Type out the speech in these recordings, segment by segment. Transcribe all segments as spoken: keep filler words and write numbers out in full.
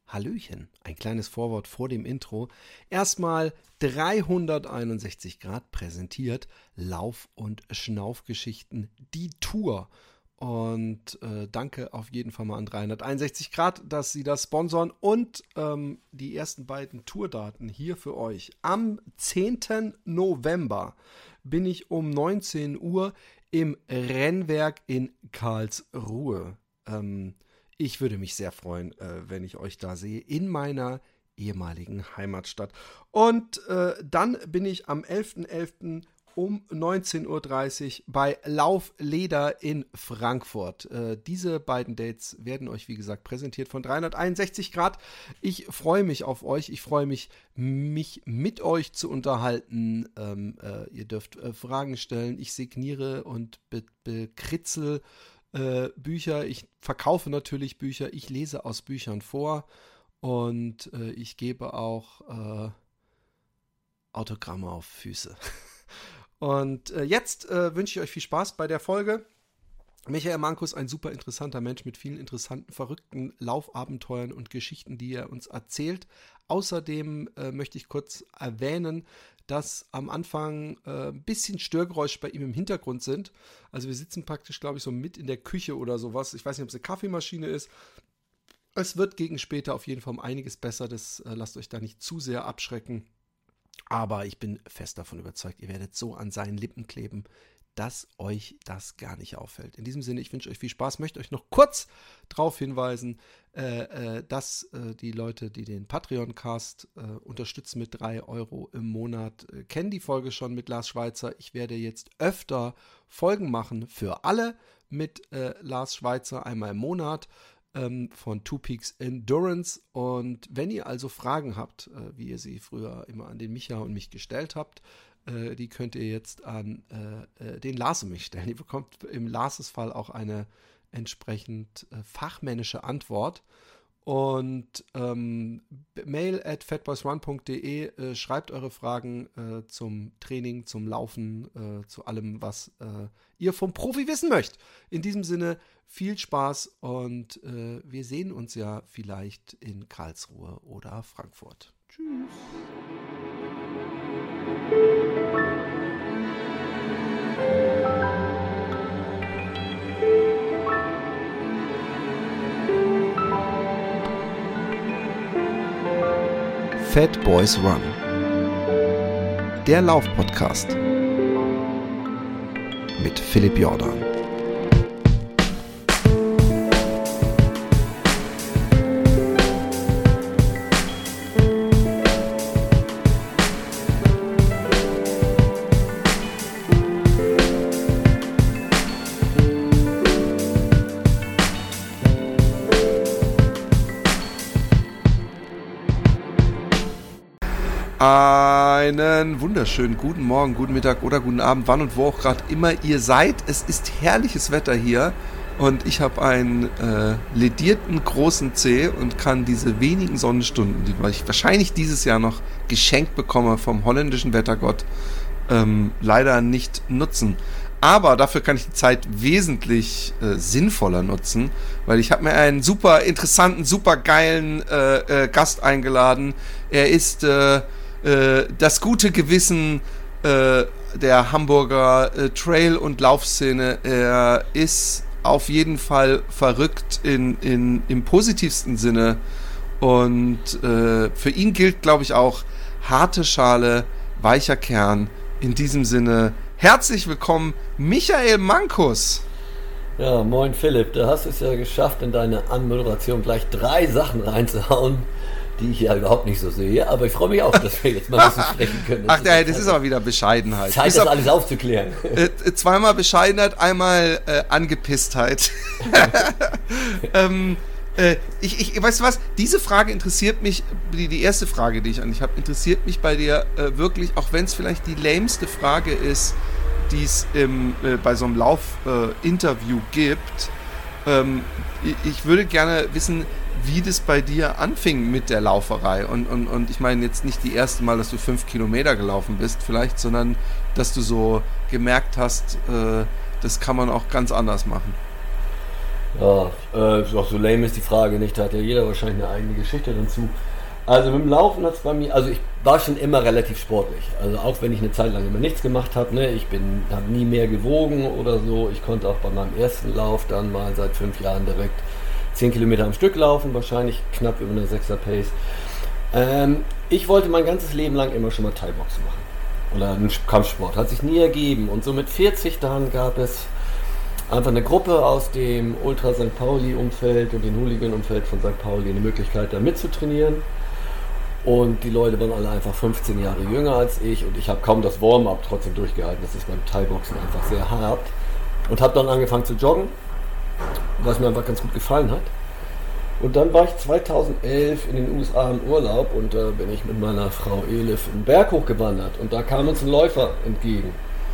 Hallöchen, ein kleines Vorwort vor dem Intro. Erstmal dreihunderteinundsechzig Grad präsentiert, Lauf- und Schnaufgeschichten, die Tour. Und äh, danke auf jeden Fall mal an dreihunderteinundsechzig Grad, dass sie das sponsern. Und ähm, die ersten beiden Tourdaten hier für euch. Am zehnten November bin ich um neunzehn Uhr im Rennwerk in Karlsruhe. Ähm, Ich würde mich sehr freuen, äh, wenn ich euch da sehe, in meiner ehemaligen Heimatstadt. Und äh, dann bin ich am elften elften um neunzehn Uhr dreißig bei Laufleder in Frankfurt. Äh, diese beiden Dates werden euch, wie gesagt, präsentiert von dreihunderteinundsechzig Grad. Ich freue mich auf euch. Ich freue mich, mich mit euch zu unterhalten. Ähm, äh, ihr dürft äh, Fragen stellen. Ich signiere und be- bekritzel Äh, Bücher, ich verkaufe natürlich Bücher, ich lese aus Büchern vor und äh, ich gebe auch äh, Autogramme auf Füße. Und äh, jetzt äh, wünsche ich euch viel Spaß bei der Folge. Michael Mankus, ein super interessanter Mensch mit vielen interessanten, verrückten Laufabenteuern und Geschichten, die er uns erzählt. Außerdem äh, möchte ich kurz erwähnen, dass am Anfang äh, ein bisschen Störgeräusche bei ihm im Hintergrund sind. Also wir sitzen praktisch, glaube ich, so mit in der Küche oder sowas. Ich weiß nicht, ob es eine Kaffeemaschine ist. Es wird gegen später auf jeden Fall um einiges besser. Das äh, lasst euch da nicht zu sehr abschrecken. Aber ich bin fest davon überzeugt, ihr werdet so an seinen Lippen kleben, dass euch das gar nicht auffällt. In diesem Sinne, ich wünsche euch viel Spaß, möchte euch noch kurz darauf hinweisen, äh, äh, dass äh, die Leute, die den Patreon-Cast äh, unterstützen mit drei Euro im Monat, äh, kennen die Folge schon mit Lars Schweitzer. Ich werde jetzt öfter Folgen machen für alle mit äh, Lars Schweitzer, einmal im Monat ähm, von Two Peaks Endurance. Und wenn ihr also Fragen habt, äh, wie ihr sie früher immer an den Micha und mich gestellt habt, die könnt ihr jetzt an äh, den Lars und mich stellen. Ihr bekommt im Lars' Fall auch eine entsprechend äh, fachmännische Antwort. Und ähm, mail at fatboysrun punkt de, äh, schreibt eure Fragen äh, zum Training, zum Laufen, äh, zu allem, was äh, ihr vom Profi wissen möchtet. In diesem Sinne, viel Spaß und äh, wir sehen uns ja vielleicht in Karlsruhe oder Frankfurt. Tschüss. Fat Boys Run, der Lauf-Podcast mit Philipp Jordan. Einen wunderschönen guten Morgen, guten Mittag oder guten Abend, wann und wo auch gerade immer ihr seid. Es ist herrliches Wetter hier und ich habe einen äh, ledierten großen Zeh und kann diese wenigen Sonnenstunden, die ich wahrscheinlich dieses Jahr noch geschenkt bekomme vom holländischen Wettergott, ähm, leider nicht nutzen. Aber dafür kann ich die Zeit wesentlich äh, sinnvoller nutzen, weil ich habe mir einen super interessanten, super geilen äh, äh, Gast eingeladen. Er ist äh, äh, das gute Gewissen äh, der Hamburger äh, Trail- und Laufszene. Er ist auf jeden Fall verrückt in, in, im positivsten Sinne. Und äh, für ihn gilt, glaube ich, auch harte Schale, weicher Kern. In diesem Sinne, herzlich willkommen, Michael Mankus. Ja, moin Philipp, du hast es ja geschafft, in deine Anmoderation gleich drei Sachen reinzuhauen, die ich ja überhaupt nicht so sehe, aber ich freue mich auch, dass wir jetzt mal ein bisschen sprechen können. Das Ach, ja, das ist aber wieder Bescheidenheit. Zeit, das alles aufzuklären. Äh, zweimal Bescheidenheit, einmal äh, Angepisstheit. ähm, äh, ich, ich, weißt du was, diese Frage interessiert mich, die, die erste Frage, die ich an dich habe, interessiert mich bei dir äh, wirklich, auch wenn es vielleicht die lämste Frage ist, die es im, äh, bei so einem Lauf-Interview äh, gibt. Ähm, ich, ich würde gerne wissen, wie das bei dir anfing mit der Lauferei. Und, und, und ich meine jetzt nicht die erste Mal, dass du fünf Kilometer gelaufen bist vielleicht, sondern dass du so gemerkt hast, äh, das kann man auch ganz anders machen. Ja, äh, so lame ist die Frage nicht, da hat ja jeder wahrscheinlich eine eigene Geschichte dazu. Also mit dem Laufen hat es bei mir, also ich war schon immer relativ sportlich, also auch wenn ich eine Zeit lang immer nichts gemacht habe, ne, ich bin, habe nie mehr gewogen oder so, ich konnte auch bei meinem ersten Lauf dann mal seit fünf Jahren direkt zehn Kilometer am Stück laufen, wahrscheinlich knapp über eine sechser Pace. Ähm, ich wollte mein ganzes Leben lang immer schon mal Thai-Boxen machen oder einen Kampfsport, hat sich nie ergeben und so mit vierzig dann gab es einfach eine Gruppe aus dem Ultra Sankt Pauli-Umfeld und dem Hooligan-Umfeld von Sankt Pauli eine Möglichkeit da mitzutrainieren. Und die Leute waren alle einfach fünfzehn Jahre jünger als ich und ich habe kaum das Warm-up trotzdem durchgehalten. Das ist beim Thai-Boxen einfach sehr hart. Und habe dann angefangen zu joggen, was mir einfach ganz gut gefallen hat. Und dann war ich zweitausendelf in den U S A im Urlaub und da äh, bin ich mit meiner Frau Elif einen Berg hochgewandert und da kam uns ein Läufer entgegen.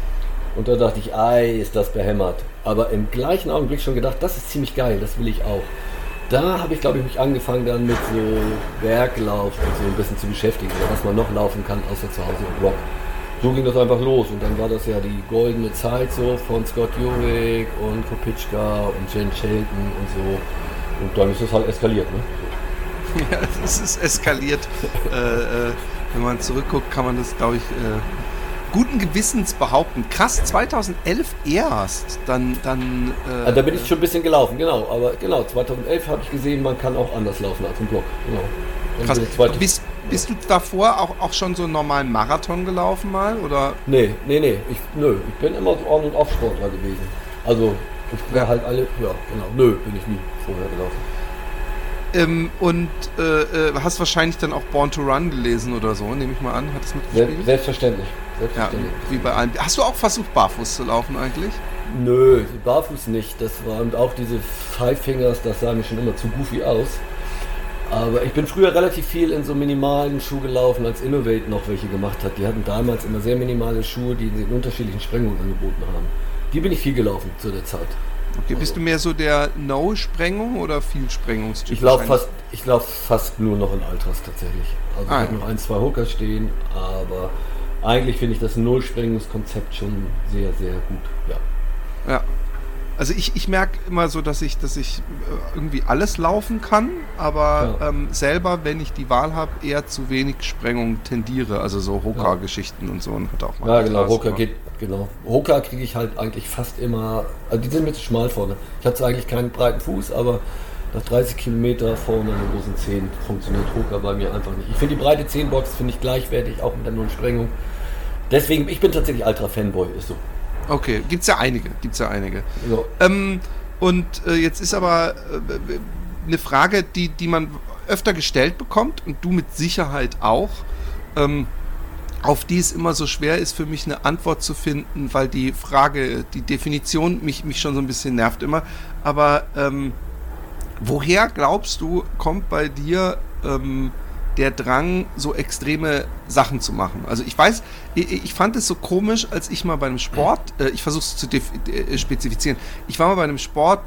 Und da dachte ich, ei, ist das behämmert. Aber im gleichen Augenblick schon gedacht, das ist ziemlich geil, das will ich auch. Da habe ich, glaube ich, mich angefangen dann mit so Berglauf und so ein bisschen zu beschäftigen, oder was man noch laufen kann, außer zu Hause im Block. So ging das einfach los und dann war das ja die goldene Zeit so von Scott Jurek und Kopitschka und Jen Shelton und so. Und dann ist es halt eskaliert, ne? Ja, es ist eskaliert. äh, äh, wenn man zurückguckt, kann man das, glaube ich, äh, guten Gewissens behaupten. Krass, zweitausendelf erst. Dann, dann. Äh, also da bin ich schon ein bisschen gelaufen, genau. Aber genau, zweitausendelf habe ich gesehen, man kann auch anders laufen als im Block. Genau. Krass. Bist, bist du davor auch, auch schon so einen normalen Marathon gelaufen mal? Oder? Nee, nee, nee. Ich, nö, ich bin immer so On- und Off-Sportler gewesen. Also, ich war halt alle. Ja, genau. Nö, bin ich nie vorher gelaufen. Ähm, und äh, hast wahrscheinlich dann auch Born to Run gelesen oder so, nehme ich mal an. Hat das mitgespielt? Selbstverständlich. Ja, wie bei allen. Hast du auch versucht, barfuß zu laufen eigentlich? Nö, barfuß nicht. Das war und auch diese Five Fingers, das sah mir schon immer zu goofy aus. Aber ich bin früher relativ viel in so minimalen Schuhen gelaufen, als Innovate noch welche gemacht hat. Die hatten damals immer sehr minimale Schuhe, die in unterschiedlichen Sprengungen angeboten haben. Die bin ich viel gelaufen zu der Zeit. Okay, bist du mehr so der No-Sprengung oder viel Sprengungstyp? Ich laufe fast, ich lauf fast nur noch in Ultras tatsächlich. Also ah, ich habe ja. noch ein, zwei Hookers stehen, aber eigentlich finde ich das Null-Sprengungskonzept schon sehr, sehr gut. Ja. Ja. Also ich, ich merke immer so, dass ich, dass ich irgendwie alles laufen kann, aber ja. ähm, selber, wenn ich die Wahl habe, eher zu wenig Sprengung tendiere. Also so Hoka-Geschichten ja. und so. Und hat auch mal ja, genau, Hoka geht, genau. Hoka kriege ich halt eigentlich fast immer, also die sind mir zu schmal vorne. Ich habe zwar eigentlich keinen breiten Fuß, aber nach dreißig Kilometer vorne an den großen Zehen funktioniert Hoka bei mir einfach nicht. Ich finde die breite Zehenbox finde ich gleichwertig, auch mit der Null-Sprengung. Deswegen, ich bin tatsächlich Ultra-Fanboy, ist so. Okay, gibt's ja einige, gibt's ja einige. Ja. Ähm, und äh, jetzt ist aber äh, eine Frage, die, die man öfter gestellt bekommt und du mit Sicherheit auch, ähm, auf die es immer so schwer ist für mich eine Antwort zu finden, weil die Frage, die Definition mich, mich schon so ein bisschen nervt immer. Aber ähm, woher glaubst du, kommt bei dir ähm, der Drang, so extreme Sachen zu machen? Also ich weiß, ich, ich fand es so komisch, als ich mal bei einem Sport, äh, ich versuche es zu def- äh, spezifizieren, ich war mal bei einem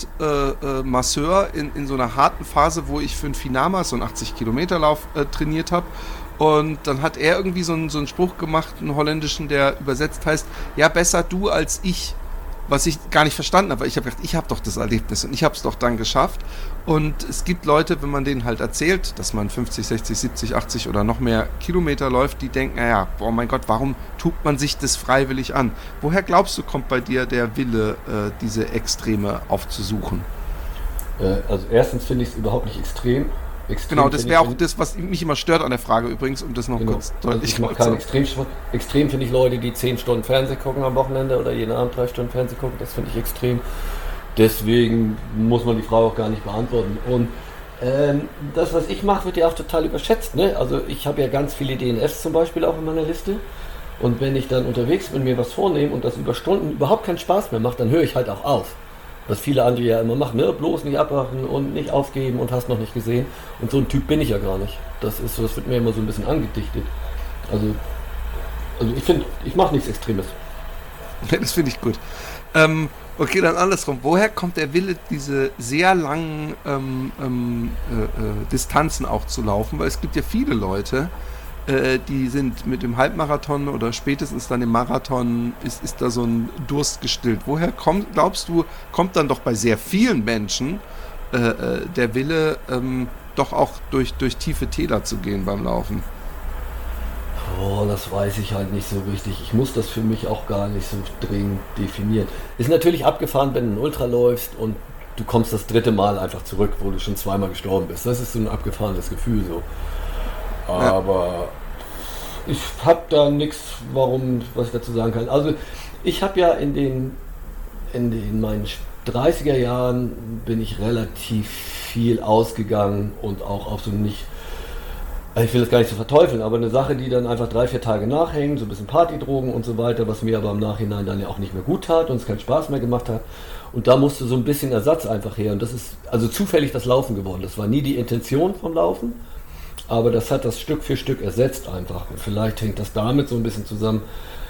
Sportmasseur äh, äh, in, in so einer harten Phase, wo ich für ein Finama, so einen achtzig-Kilometer-Lauf äh, trainiert habe. Und dann hat er irgendwie so einen, so einen Spruch gemacht, einen holländischen, der übersetzt heißt, ja, besser du als ich. Was ich gar nicht verstanden habe, weil ich habe gedacht, ich habe doch das Erlebnis und ich habe es doch dann geschafft. Und es gibt Leute, wenn man denen halt erzählt, dass man fünfzig, sechzig, siebzig, achtzig oder noch mehr Kilometer läuft, die denken, naja, oh mein Gott, warum tut man sich das freiwillig an? Woher glaubst du, kommt bei dir der Wille, äh, diese Extreme aufzusuchen? Äh, also erstens finde ich es überhaupt nicht extrem. Extrem genau, das wäre auch das, was mich immer stört an der Frage übrigens, um das noch genau. kurz deutlich zu machen. Ich mache keinen Extremsport. Extrem finde ich Leute, die zehn Stunden Fernsehen gucken am Wochenende oder jeden Abend drei Stunden Fernsehen gucken, das finde ich extrem. Deswegen muss man die Frage auch gar nicht beantworten. Und ähm, das, was ich mache, wird ja auch total überschätzt. Ne? Also ich habe ja ganz viele D N Fs zum Beispiel auch in meiner Liste. Und wenn ich dann unterwegs bin, mir was vornehme und das über Stunden überhaupt keinen Spaß mehr macht, dann höre ich halt auch auf. Was viele andere ja immer machen, ne? Bloß nicht abwachen und nicht aufgeben und hast noch nicht gesehen. Und so ein Typ bin ich ja gar nicht. Das ist so, das wird mir immer so ein bisschen angedichtet. Also, also ich finde, ich mache nichts Extremes. Das finde ich gut. Ähm, okay, dann andersrum. Woher kommt der Wille, diese sehr langen ähm, ähm, äh, äh, Distanzen auch zu laufen? Weil es gibt ja viele Leute, äh, die sind mit dem Halbmarathon oder spätestens dann im Marathon, ist, ist da so ein Durst gestillt. Woher kommt, glaubst du, kommt dann doch bei sehr vielen Menschen äh, äh, der Wille, ähm, doch auch durch, durch tiefe Täler zu gehen beim Laufen? Oh, das weiß ich halt nicht so richtig. Ich muss das für mich auch gar nicht so dringend definieren. Ist natürlich abgefahren, wenn du ein Ultra läufst und du kommst das dritte Mal einfach zurück, wo du schon zweimal gestorben bist. Das ist so ein abgefahrenes Gefühl so. Aber ja. Ich habe da nichts, warum, was ich dazu sagen kann. Also ich habe ja in den, in den in meinen dreißiger Jahren bin ich relativ viel ausgegangen und auch auf so nicht, ich will das gar nicht so verteufeln, aber eine Sache, die dann einfach drei, vier Tage nachhängen, so ein bisschen Partydrogen und so weiter, was mir aber im Nachhinein dann ja auch nicht mehr gut tat und es keinen Spaß mehr gemacht hat. Und da musste so ein bisschen Ersatz einfach her. Und das ist also zufällig das Laufen geworden. Das war nie die Intention vom Laufen, aber das hat das Stück für Stück ersetzt einfach. Und vielleicht hängt das damit so ein bisschen zusammen,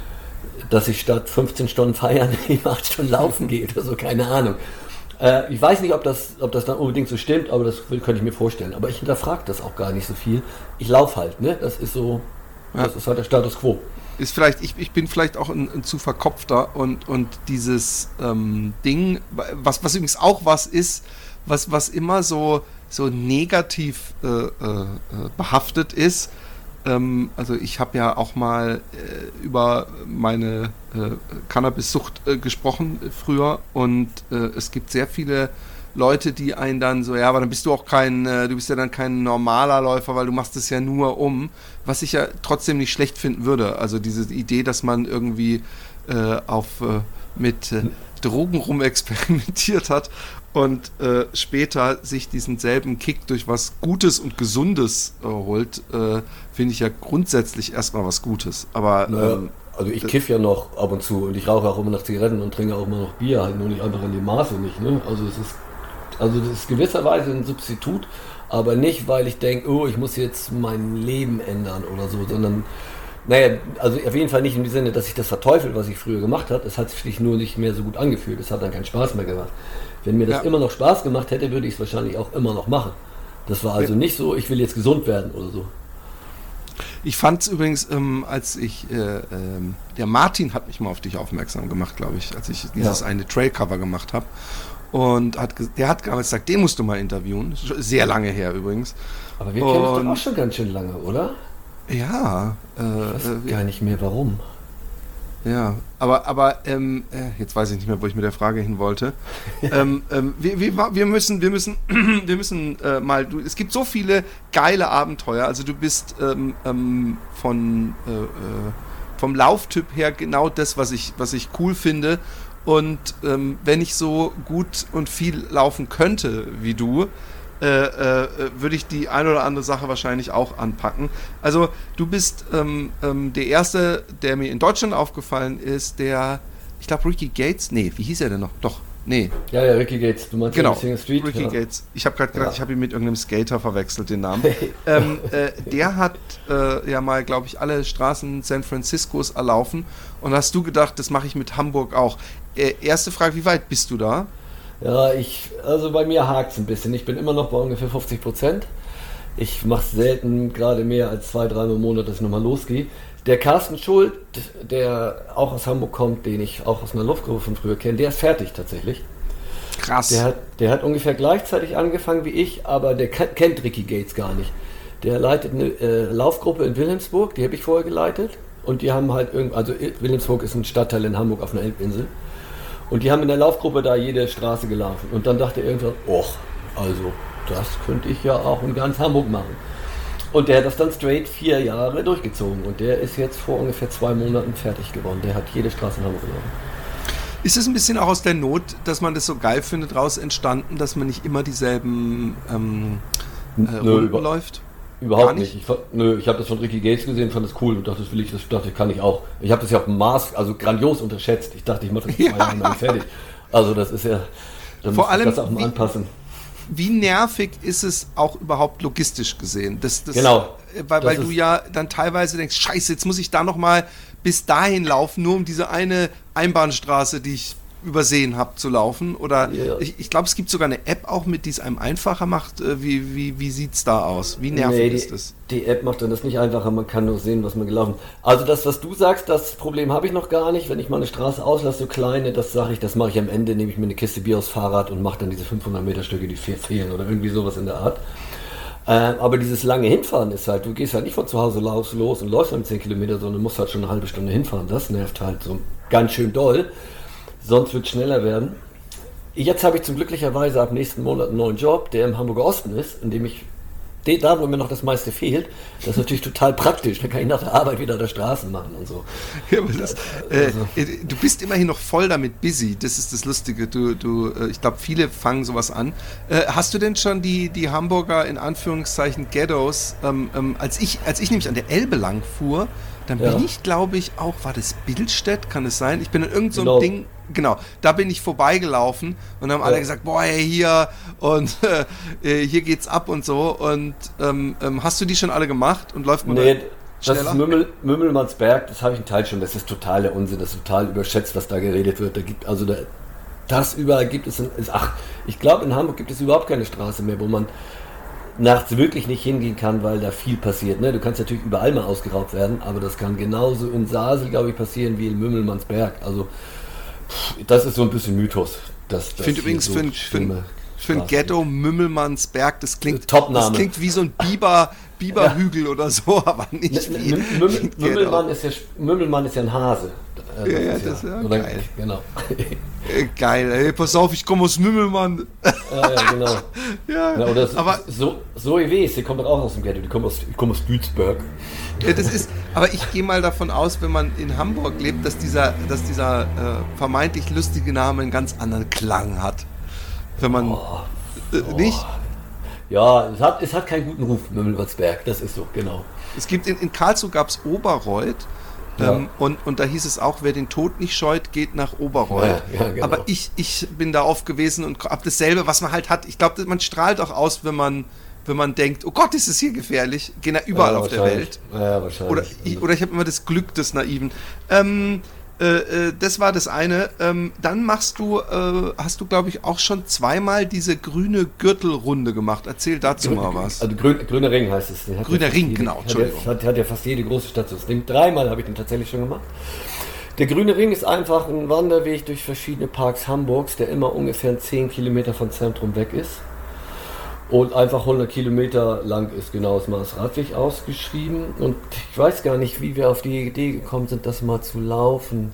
dass ich statt fünfzehn Stunden feiern eben acht Stunden laufen gehe oder so, keine Ahnung. Äh, ich weiß nicht, ob das, ob das dann unbedingt so stimmt, aber das könnte ich mir vorstellen. Aber ich hinterfrage das auch gar nicht so viel. Ich laufe halt, ne? Das ist so, ja. Das ist halt der Status quo. Ist vielleicht, ich, ich bin vielleicht auch ein, ein zu verkopfter und, und dieses ähm, Ding, was, was übrigens auch was ist, was, was immer so, so negativ äh, äh, behaftet ist. Ähm, also ich habe ja auch mal äh, über meine äh, Cannabis-Sucht äh, gesprochen äh, früher und äh, es gibt sehr viele Leute, die einen dann so, ja, aber dann bist du auch kein, äh, du bist ja dann kein normaler Läufer, weil du machst es ja nur um, was ich ja trotzdem nicht schlecht finden würde. Also diese Idee, dass man irgendwie äh, auf äh, mit äh, Drogen rumexperimentiert hat und äh, später sich diesen selben Kick durch was Gutes und Gesundes äh, holt, äh, finde ich ja grundsätzlich erstmal was Gutes. Aber naja, ähm, also ich kiff ja noch ab und zu und ich rauche auch immer noch Zigaretten und trinke auch immer noch Bier, halt nur nicht einfach in dem Maße nicht. Ne? Also es ist Also das ist gewisserweise ein Substitut, aber nicht, weil ich denke, oh, ich muss jetzt mein Leben ändern oder so, sondern, naja, also auf jeden Fall nicht im Sinne, dass ich das verteufel, was ich früher gemacht habe. Es hat sich nur nicht mehr so gut angefühlt, es hat dann keinen Spaß mehr gemacht. Wenn mir das ja. immer noch Spaß gemacht hätte, würde ich es wahrscheinlich auch immer noch machen. Das war also ja. nicht so, ich will jetzt gesund werden oder so. Ich fand es übrigens, ähm, als ich, äh, äh, der Martin hat mich mal auf dich aufmerksam gemacht, glaube ich, als ich dieses ja. eine Trail-Cover gemacht habe. Und hat, der hat damals gesagt, den musst du mal interviewen. Sehr lange her übrigens. Aber wir kennen uns doch auch schon ganz schön lange, oder? Ja. Äh, ich weiß gar nicht mehr, warum. Ja, aber, aber ähm, jetzt weiß ich nicht mehr, wo ich mit der Frage hin wollte. ähm, ähm, wir, wir, wir müssen, wir müssen, wir müssen äh, mal, du, es gibt so viele geile Abenteuer. Also du bist ähm, ähm, von äh, äh, vom Lauftyp her genau das, was ich, was ich cool finde. Und ähm, wenn ich so gut und viel laufen könnte wie du, äh, äh, würde ich die eine oder andere Sache wahrscheinlich auch anpacken. Also du bist ähm, ähm, der Erste, der mir in Deutschland aufgefallen ist, der, ich glaube Ricky Gates, nee, wie hieß er denn noch? Doch, nee. Ja, ja, Ricky Gates, du meinst genau, Single Street? Ricky ja. Gates. Ich habe gerade gedacht, ja. ich habe ihn mit irgendeinem Skater verwechselt, den Namen. ähm, äh, der hat äh, ja mal, glaube ich, alle Straßen San Franciscos erlaufen und hast du gedacht, das mache ich mit Hamburg auch. Äh, erste Frage, wie weit bist du da? Ja, ich, also bei mir hakt es ein bisschen. Ich bin immer noch bei ungefähr fünfzig Prozent. Ich mache selten gerade mehr als zwei, drei im Monat, dass ich nochmal losgehe. Der Carsten Schuld, der auch aus Hamburg kommt, den ich auch aus meiner Luftgruppe von früher kenne, der ist fertig tatsächlich. Krass. Der hat, der hat ungefähr gleichzeitig angefangen wie ich, aber der kennt Ricky Gates gar nicht. Der leitet eine äh, Laufgruppe in Wilhelmsburg, die habe ich vorher geleitet. Und die haben halt irgendwie, also Wilhelmsburg ist ein Stadtteil in Hamburg auf einer Elbinsel. Und die haben in der Laufgruppe da jede Straße gelaufen. Und dann dachte er irgendwann, och, also das könnte ich ja auch in ganz Hamburg machen. Und der hat das dann straight vier Jahre durchgezogen. Und der ist jetzt vor ungefähr zwei Monaten fertig geworden. Der hat jede Straße in Hamburg gelaufen. Ist es ein bisschen auch aus der Not, dass man das so geil findet, raus entstanden, dass man nicht immer dieselben ähm, äh, Nö, Runden über, läuft? Überhaupt nicht. nicht. Ich, nö, ich habe das von Ricky Gates gesehen, fand das cool und dachte, das will ich, das dachte, kann ich auch. Ich habe das ja auf dem Mars, also grandios unterschätzt. Ich dachte, ich mache das in zwei Jahren fertig. Also das ist ja, da muss ich das auch mal anpassen. Wie nervig ist es auch überhaupt logistisch gesehen? Das, das, genau. Weil, das weil du ja dann teilweise denkst, scheiße, jetzt muss ich da nochmal bis dahin laufen, nur um diese eine Einbahnstraße, die ich übersehen habe zu laufen. Oder Ja. ich, ich glaube, es gibt sogar eine App auch mit, die es einem einfacher macht. Äh, Wie, wie, wie sieht es da aus? Wie nervig Nee, ist die, das? die App macht dann das nicht einfacher, man kann nur sehen, was man gelaufen ist. Also das, was du sagst, das Problem habe ich noch gar nicht. Wenn ich mal eine Straße auslasse, so kleine, das sage ich, das mache ich am Ende, nehme ich mir eine Kiste Bier aufs Fahrrad und mache dann diese fünfhundert Meter Stücke, die fe- fehlen oder irgendwie sowas in der Art. Äh, aber dieses lange Hinfahren ist halt, du gehst halt nicht von zu Hause los, los und läufst dann zehn Kilometer, sondern musst halt schon eine halbe Stunde hinfahren. Das nervt halt so ganz schön doll. Sonst wird es schneller werden. Jetzt habe ich zum glücklicherweise ab nächsten Monat einen neuen Job, der im Hamburger Osten ist, in dem ich, de- da wo mir noch das meiste fehlt, das ist natürlich total praktisch. Da kann ich nach der Arbeit wieder da Straßen machen und so. Ja, aber das, äh, äh, du bist immerhin noch voll damit busy. Das ist das Lustige. Du, du, äh, ich glaube, viele fangen sowas an. Äh, hast du denn schon die, die Hamburger in Anführungszeichen Ghettos, ähm, ähm, als ich, als ich nämlich an der Elbe lang fuhr, dann Ja. bin ich, glaube ich, auch, war das Bildstedt, kann es sein? Ich bin in irgendeinem so Genau. Ding, genau, da bin ich vorbeigelaufen und haben alle Ja. gesagt, boah, ey, hier und äh, hier geht's ab und so. Und ähm, ähm, hast du die schon alle gemacht und läuft man Nee, da das schneller? ist Mümmel, Mümmelmannsberg, das habe ich einen Teil schon, das ist totaler Unsinn, das ist total überschätzt, was da geredet wird. Da gibt, also da, das überall gibt es, in, ist, ach, ich glaube in Hamburg gibt es überhaupt keine Straße mehr, wo man nachts wirklich nicht hingehen kann, weil da viel passiert. Ne? Du kannst natürlich überall mal ausgeraubt werden, aber das kann genauso in Sasel, glaube ich, passieren wie in Mümmelmannsberg. Also pff, das ist so ein bisschen Mythos. Dass, Ich finde übrigens so für ein, für ein, für ein Ghetto Mümmelmannsberg, das klingt, Topname. das klingt wie so ein Biber, Biberhügel oder so, aber nicht wie, Müm- wie Mümmel, ein Mümmelmann, Ghetto. ist ja, Mümmelmann ist ja ein Hase. Äh, Ja, ja, das ist ja oder, geil. Genau. Äh, Geil, ey, pass auf, ich komme aus Mümmelmann. Ja, ja, genau. Ja, Ja, oder so, aber so, Zoe Wes, die kommt doch auch aus dem Ghetto, die kommt aus, die kommt aus Duisburg. ja, das ist, aber ich gehe mal davon aus, wenn man in Hamburg lebt, dass dieser, dass dieser äh, vermeintlich lustige Name einen ganz anderen Klang hat. Wenn man Oh, äh, nicht? Ja, es hat, es hat keinen guten Ruf, Mümmelmannsberg, das ist so, genau. Es gibt in, in Karlsruhe gab es Oberreuth. Ja. Ähm, und, und da hieß es auch, wer den Tod nicht scheut, geht nach Oberreuth. Ja, ja, genau. Aber ich, ich bin da oft gewesen und habe dasselbe, was man halt hat. Ich glaube, man strahlt auch aus, wenn man, wenn man denkt, oh Gott, ist es hier gefährlich. Gehen ja überall ja, auf der wahrscheinlich. Welt. Ja, wahrscheinlich. Oder ich, oder ich habe immer das Glück des Naiven. Ähm, äh, äh, das war das eine. Ähm, dann machst du, äh, hast du, glaube ich, auch schon zweimal diese grüne Gürtelrunde gemacht. Erzähl dazu mal was. Also grün, Grüner Ring heißt es. Den hat Grüner ja fast Ring, jede, genau, Hat Entschuldigung. ja, hat, hat ja fast jede große Stadt so. Das Ding. Dreimal habe ich den tatsächlich schon gemacht. Der Grüne Ring ist einfach ein Wanderweg durch verschiedene Parks Hamburgs, der immer ungefähr zehn Kilometer vom Zentrum weg ist. Und einfach hundert Kilometer lang ist, genau ist mal als Radweg ausgeschrieben. Und ich weiß gar nicht, wie wir auf die Idee gekommen sind, das mal zu laufen.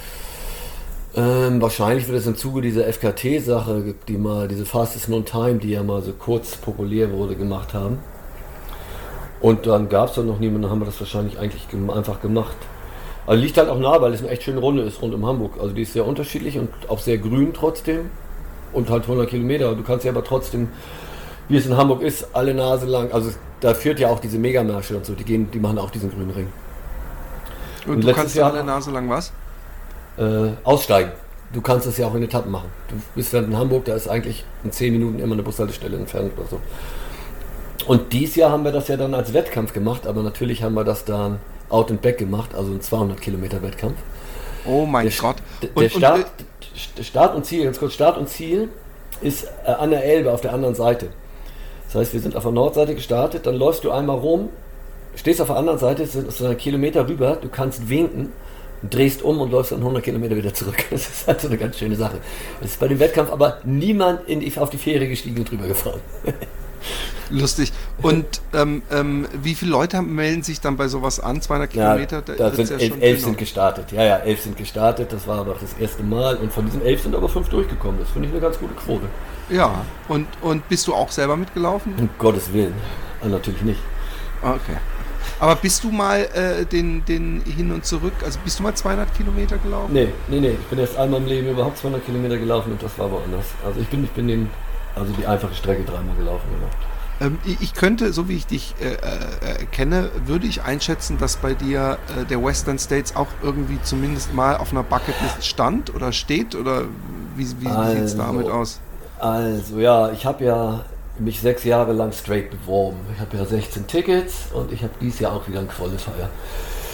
Ähm, wahrscheinlich wird es im Zuge dieser F K T-Sache, die mal, diese Fastest Known Time, die ja mal so kurz populär wurde, gemacht haben. Und dann gab es dann noch niemanden, dann haben wir das wahrscheinlich eigentlich gem- einfach gemacht. Also liegt halt auch nah, weil es eine echt schöne Runde ist rund um Hamburg. Also die ist sehr unterschiedlich und auch sehr grün trotzdem. Und halt hundert Kilometer. Du kannst ja aber trotzdem, wie es in Hamburg ist, alle Nase lang. Also da führt ja auch diese Megamärsche und so, die gehen, die machen auch diesen grünen Ring. Und, und du letztes kannst Jahr- alle Nase lang was? Äh, aussteigen. Du kannst das ja auch in Etappen machen. Du bist dann in Hamburg, da ist eigentlich in zehn Minuten immer eine Bushaltestelle entfernt oder so. Und dieses Jahr haben wir das ja dann als Wettkampf gemacht, aber natürlich haben wir das dann out and back gemacht, also ein zweihundert Kilometer Wettkampf. Oh mein Der, Gott. der, Und- der und, Start, äh, der Start und Ziel, ganz kurz, Start und Ziel ist äh, an der Elbe auf der anderen Seite. Das heißt, wir sind auf der Nordseite gestartet, dann läufst du einmal rum, stehst auf der anderen Seite, sind so ein Kilometer rüber, du kannst winken, drehst um und läufst dann hundert Kilometer wieder zurück. Das ist halt so eine ganz schöne Sache. Es ist bei dem Wettkampf aber niemand in die, auf die Fähre gestiegen und drüber gefahren. Lustig. Und ähm, ähm, wie viele Leute haben, melden sich dann bei sowas an? zweihundert Ja, Kilometer? da wird's sind ja elf, schon elf dünner. sind gestartet. Ja, ja, elf sind gestartet. Das war aber auch das erste Mal. Und von diesen elf sind aber fünf durchgekommen. Das finde ich eine ganz gute Quote. Ja. Und, und bist du auch selber mitgelaufen? Um Gottes Willen. Ah, natürlich nicht. Okay. Aber bist du mal äh, den, den hin und zurück, also bist du mal zweihundert Kilometer gelaufen? Nee, nee, nee. Ich bin erst einmal im Leben überhaupt zweihundert Kilometer gelaufen und das war woanders. Also ich bin, ich bin den, also die einfache Strecke dreimal gelaufen. Genau. Ähm, ich, ich könnte, so wie ich dich äh, äh, kenne, würde ich einschätzen, dass bei dir äh, der Western States auch irgendwie zumindest mal auf einer Bucketlist stand oder steht oder wie, wie, wie sieht es Also, damit aus? Also ja, ich habe ja mich sechs Jahre lang straight beworben. Ich habe ja sechzehn Tickets und ich habe dieses Jahr auch wieder ein Qualifier.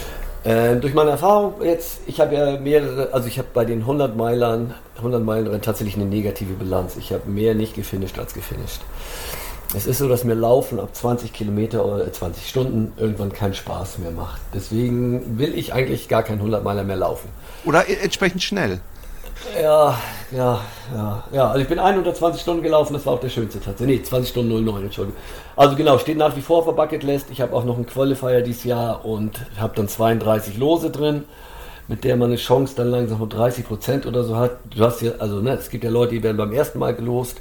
Äh, durch meine Erfahrung jetzt, ich habe ja mehrere, also ich habe bei den hundert Meilern, hundert Meilen tatsächlich eine negative Bilanz. Ich habe mehr nicht gefinisht als gefinisht. Es ist so, dass mir Laufen ab zwanzig Kilometer oder zwanzig Stunden irgendwann keinen Spaß mehr macht. Deswegen will ich eigentlich gar keinen hundert Meiler mehr laufen. Oder entsprechend schnell. Ja, ja, ja, ja. Also ich bin hundertzwanzig Stunden gelaufen, das war auch der schönste tatsächlich. Nee, zwanzig Stunden null neun, Entschuldigung. Also genau, steht nach wie vor auf der Bucketlist. Ich habe auch noch einen Qualifier dieses Jahr und habe dann zweiunddreißig Lose drin, mit der man eine Chance dann langsam von dreißig Prozent oder so hat. Du hast ja, also ne, es gibt ja Leute, die werden beim ersten Mal gelost.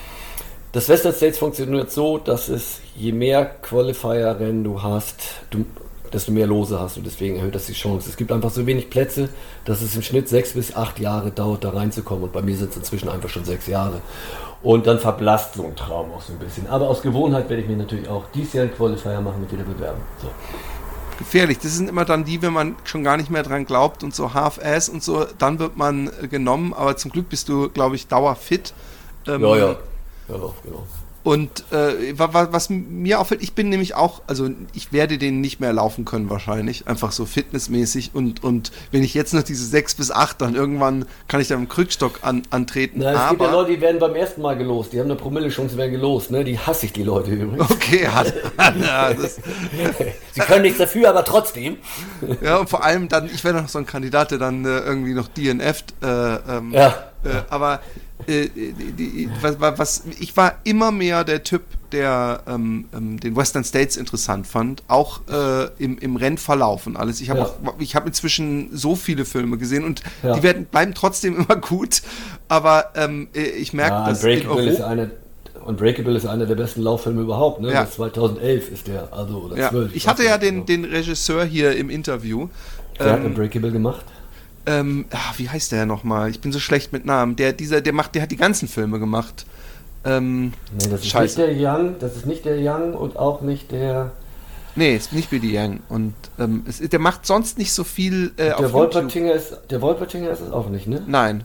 Das Western States funktioniert so, dass es, je mehr Qualifier-Rennen du hast, du, desto mehr Lose hast du, deswegen erhöht das die Chance. Es gibt einfach so wenig Plätze, dass es im Schnitt sechs bis acht Jahre dauert, da reinzukommen. Und bei mir sind es inzwischen einfach schon sechs Jahre. Und dann verblasst so ein Traum auch so ein bisschen. Aber aus Gewohnheit werde ich mir natürlich auch dieses Jahr einen Qualifier machen und wieder bewerben. So. Gefährlich. Das sind immer dann die, wenn man schon gar nicht mehr dran glaubt und so Half-Ass und so, dann wird man äh, genommen. Aber zum Glück bist du, glaube ich, dauerfit. Ähm, ja, ja. Ja, genau. Und äh, was, was mir auffällt, ich bin nämlich auch, also ich werde den nicht mehr laufen können wahrscheinlich, einfach so fitnessmäßig und, und wenn ich jetzt noch diese sechs bis acht, dann irgendwann kann ich dann im Krückstock an, antreten. Na, es aber gibt ja Leute, die werden beim ersten Mal gelost, die haben eine Promille-Chance, werden gelost, ne? Die hasse ich, die Leute übrigens. Okay, hat, ja, das, sie können nichts dafür, aber trotzdem. Ja, und vor allem dann, ich wäre noch so ein Kandidat, der dann äh, irgendwie noch D N F'd, äh, ähm, ja. äh, aber Äh, die, die, was, was, ich war immer mehr der Typ, der ähm, ähm, den Western States interessant fand, auch äh, im, im Rennverlauf und alles. Ich habe ja. auch, ich habe inzwischen so viele Filme gesehen und ja. die werden bleiben trotzdem immer gut, aber ähm, ich merke, ja, dass Unbreakable ist eine Unbreakable ist einer der besten Lauffilme überhaupt, ne? Ja. Das zweitausendelf ist der, also oder ja. zwölf. Ich, ich hatte ja den, genau. den Regisseur hier im Interview. Wer ähm, hat Unbreakable gemacht? Ähm, ach, wie heißt der nochmal? Ich bin so schlecht mit Namen. Der, dieser, der macht, der hat die ganzen Filme gemacht. Ähm, nee, das ist Scheiße. nicht der Young, das ist nicht der Young und auch nicht der. Nee, ist nicht Billy Yang. Und ähm, es, der macht sonst nicht so viel äh, der auf Wolpertinger ist Der Wolpertinger ist es auch nicht, ne? Nein.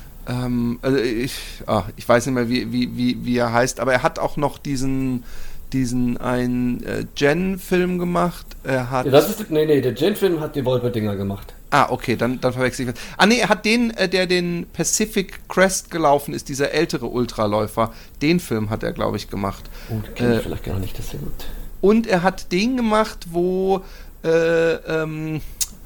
Ähm, also ich, ah, ich weiß nicht mehr, wie, wie, wie, wie er heißt, aber er hat auch noch diesen, diesen einen äh, Jen-Film gemacht. Er hat. Ja, das ist, nee, nee, der Jen-Film hat die Wolpertinger gemacht. Ah, okay, dann, dann verwechsel ich was. Ah, nee, er hat den, äh, der den Pacific Crest gelaufen ist, dieser ältere Ultraläufer. Den Film hat er, glaube ich, gemacht. Oh, den kenne ich äh, vielleicht gar nicht, das ist ja gut. Und er hat den gemacht, wo äh, ähm,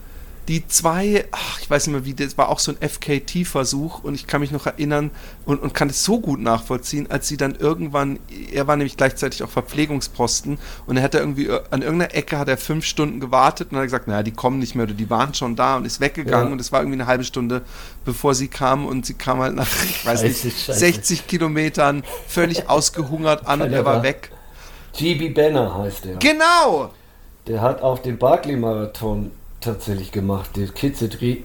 die zwei, ach, ich weiß nicht mehr wie, das war auch so ein F K T-Versuch und ich kann mich noch erinnern und, und kann es so gut nachvollziehen, als sie dann irgendwann, er war nämlich gleichzeitig auch Verpflegungsposten und er hat da irgendwie, an irgendeiner Ecke hat er fünf Stunden gewartet und hat gesagt, naja, die kommen nicht mehr oder die waren schon da und ist weggegangen ja. Und es war irgendwie eine halbe Stunde, bevor sie kam und sie kam halt nach, ich weiß scheiße, nicht, scheiße. sechzig Kilometern völlig ausgehungert an und er war weg. G B Benner heißt der. Genau! Der hat auch den Barkley-Marathon tatsächlich gemacht. Der Kids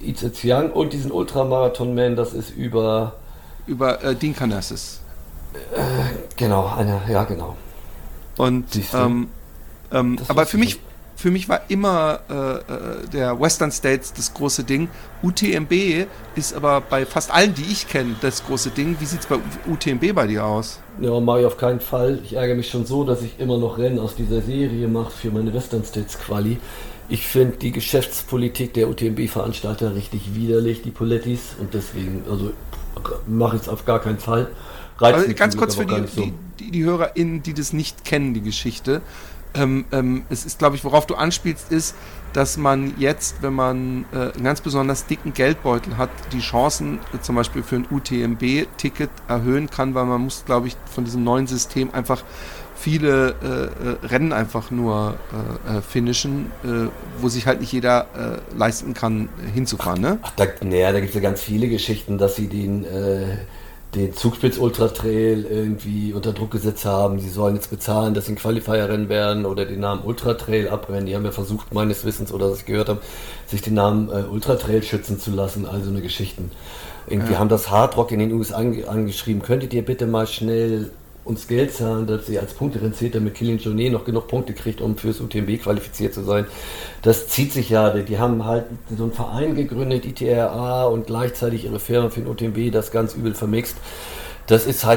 Young und diesen Ultramarathon-Man, das ist über... Über äh, Dean Karnazes. Äh, genau, eine, ja genau. Und, ähm, ähm, aber für mich, für mich war immer äh, der Western States das große Ding. U T M B ist aber bei fast allen, die ich kenne, das große Ding. Wie sieht es bei U T M B bei dir aus? Ja, mache ich auf keinen Fall. Ich ärgere mich schon so, dass ich immer noch Rennen aus dieser Serie mache für meine Western States Quali. Ich finde die Geschäftspolitik der U T M B-Veranstalter richtig widerlich, die Polettis, und deswegen, also mache ich es auf gar keinen Fall. Also ganz kurz für die, so. die, die, die HörerInnen, die das nicht kennen, die Geschichte. Ähm, ähm, es ist, glaube ich, worauf du anspielst, ist, dass man jetzt, wenn man äh, einen ganz besonders dicken Geldbeutel hat, die Chancen äh, zum Beispiel für ein U T M B-Ticket erhöhen kann, weil man muss, glaube ich, von diesem neuen System einfach viele äh, Rennen einfach nur äh, finishen, äh, wo sich halt nicht jeder äh, leisten kann, hinzufahren, ne? Ach, da, naja, da gibt es ja ganz viele Geschichten, dass sie den, äh, den Zugspitz Ultra Trail irgendwie unter Druck gesetzt haben. Sie sollen jetzt bezahlen, dass sie ein Qualifier-Rennen werden oder den Namen Ultra Trail abrennen. Die haben ja versucht, meines Wissens, oder was ich gehört habe, sich den Namen äh, Ultra Trail schützen zu lassen, also eine Geschichten. Irgendwie ja. haben das Hard Rock in den U S A ange- angeschrieben. Könntet ihr bitte mal schnell uns Geld zahlen, dass sie als Punkterin zählt, damit Kilian Jornet noch genug Punkte kriegt, um fürs U T M B qualifiziert zu sein. Das zieht sich ja, die haben halt so einen Verein gegründet, I T R A, und gleichzeitig ihre Firma für den U T M B, das ganz übel vermixt. Das ist halt die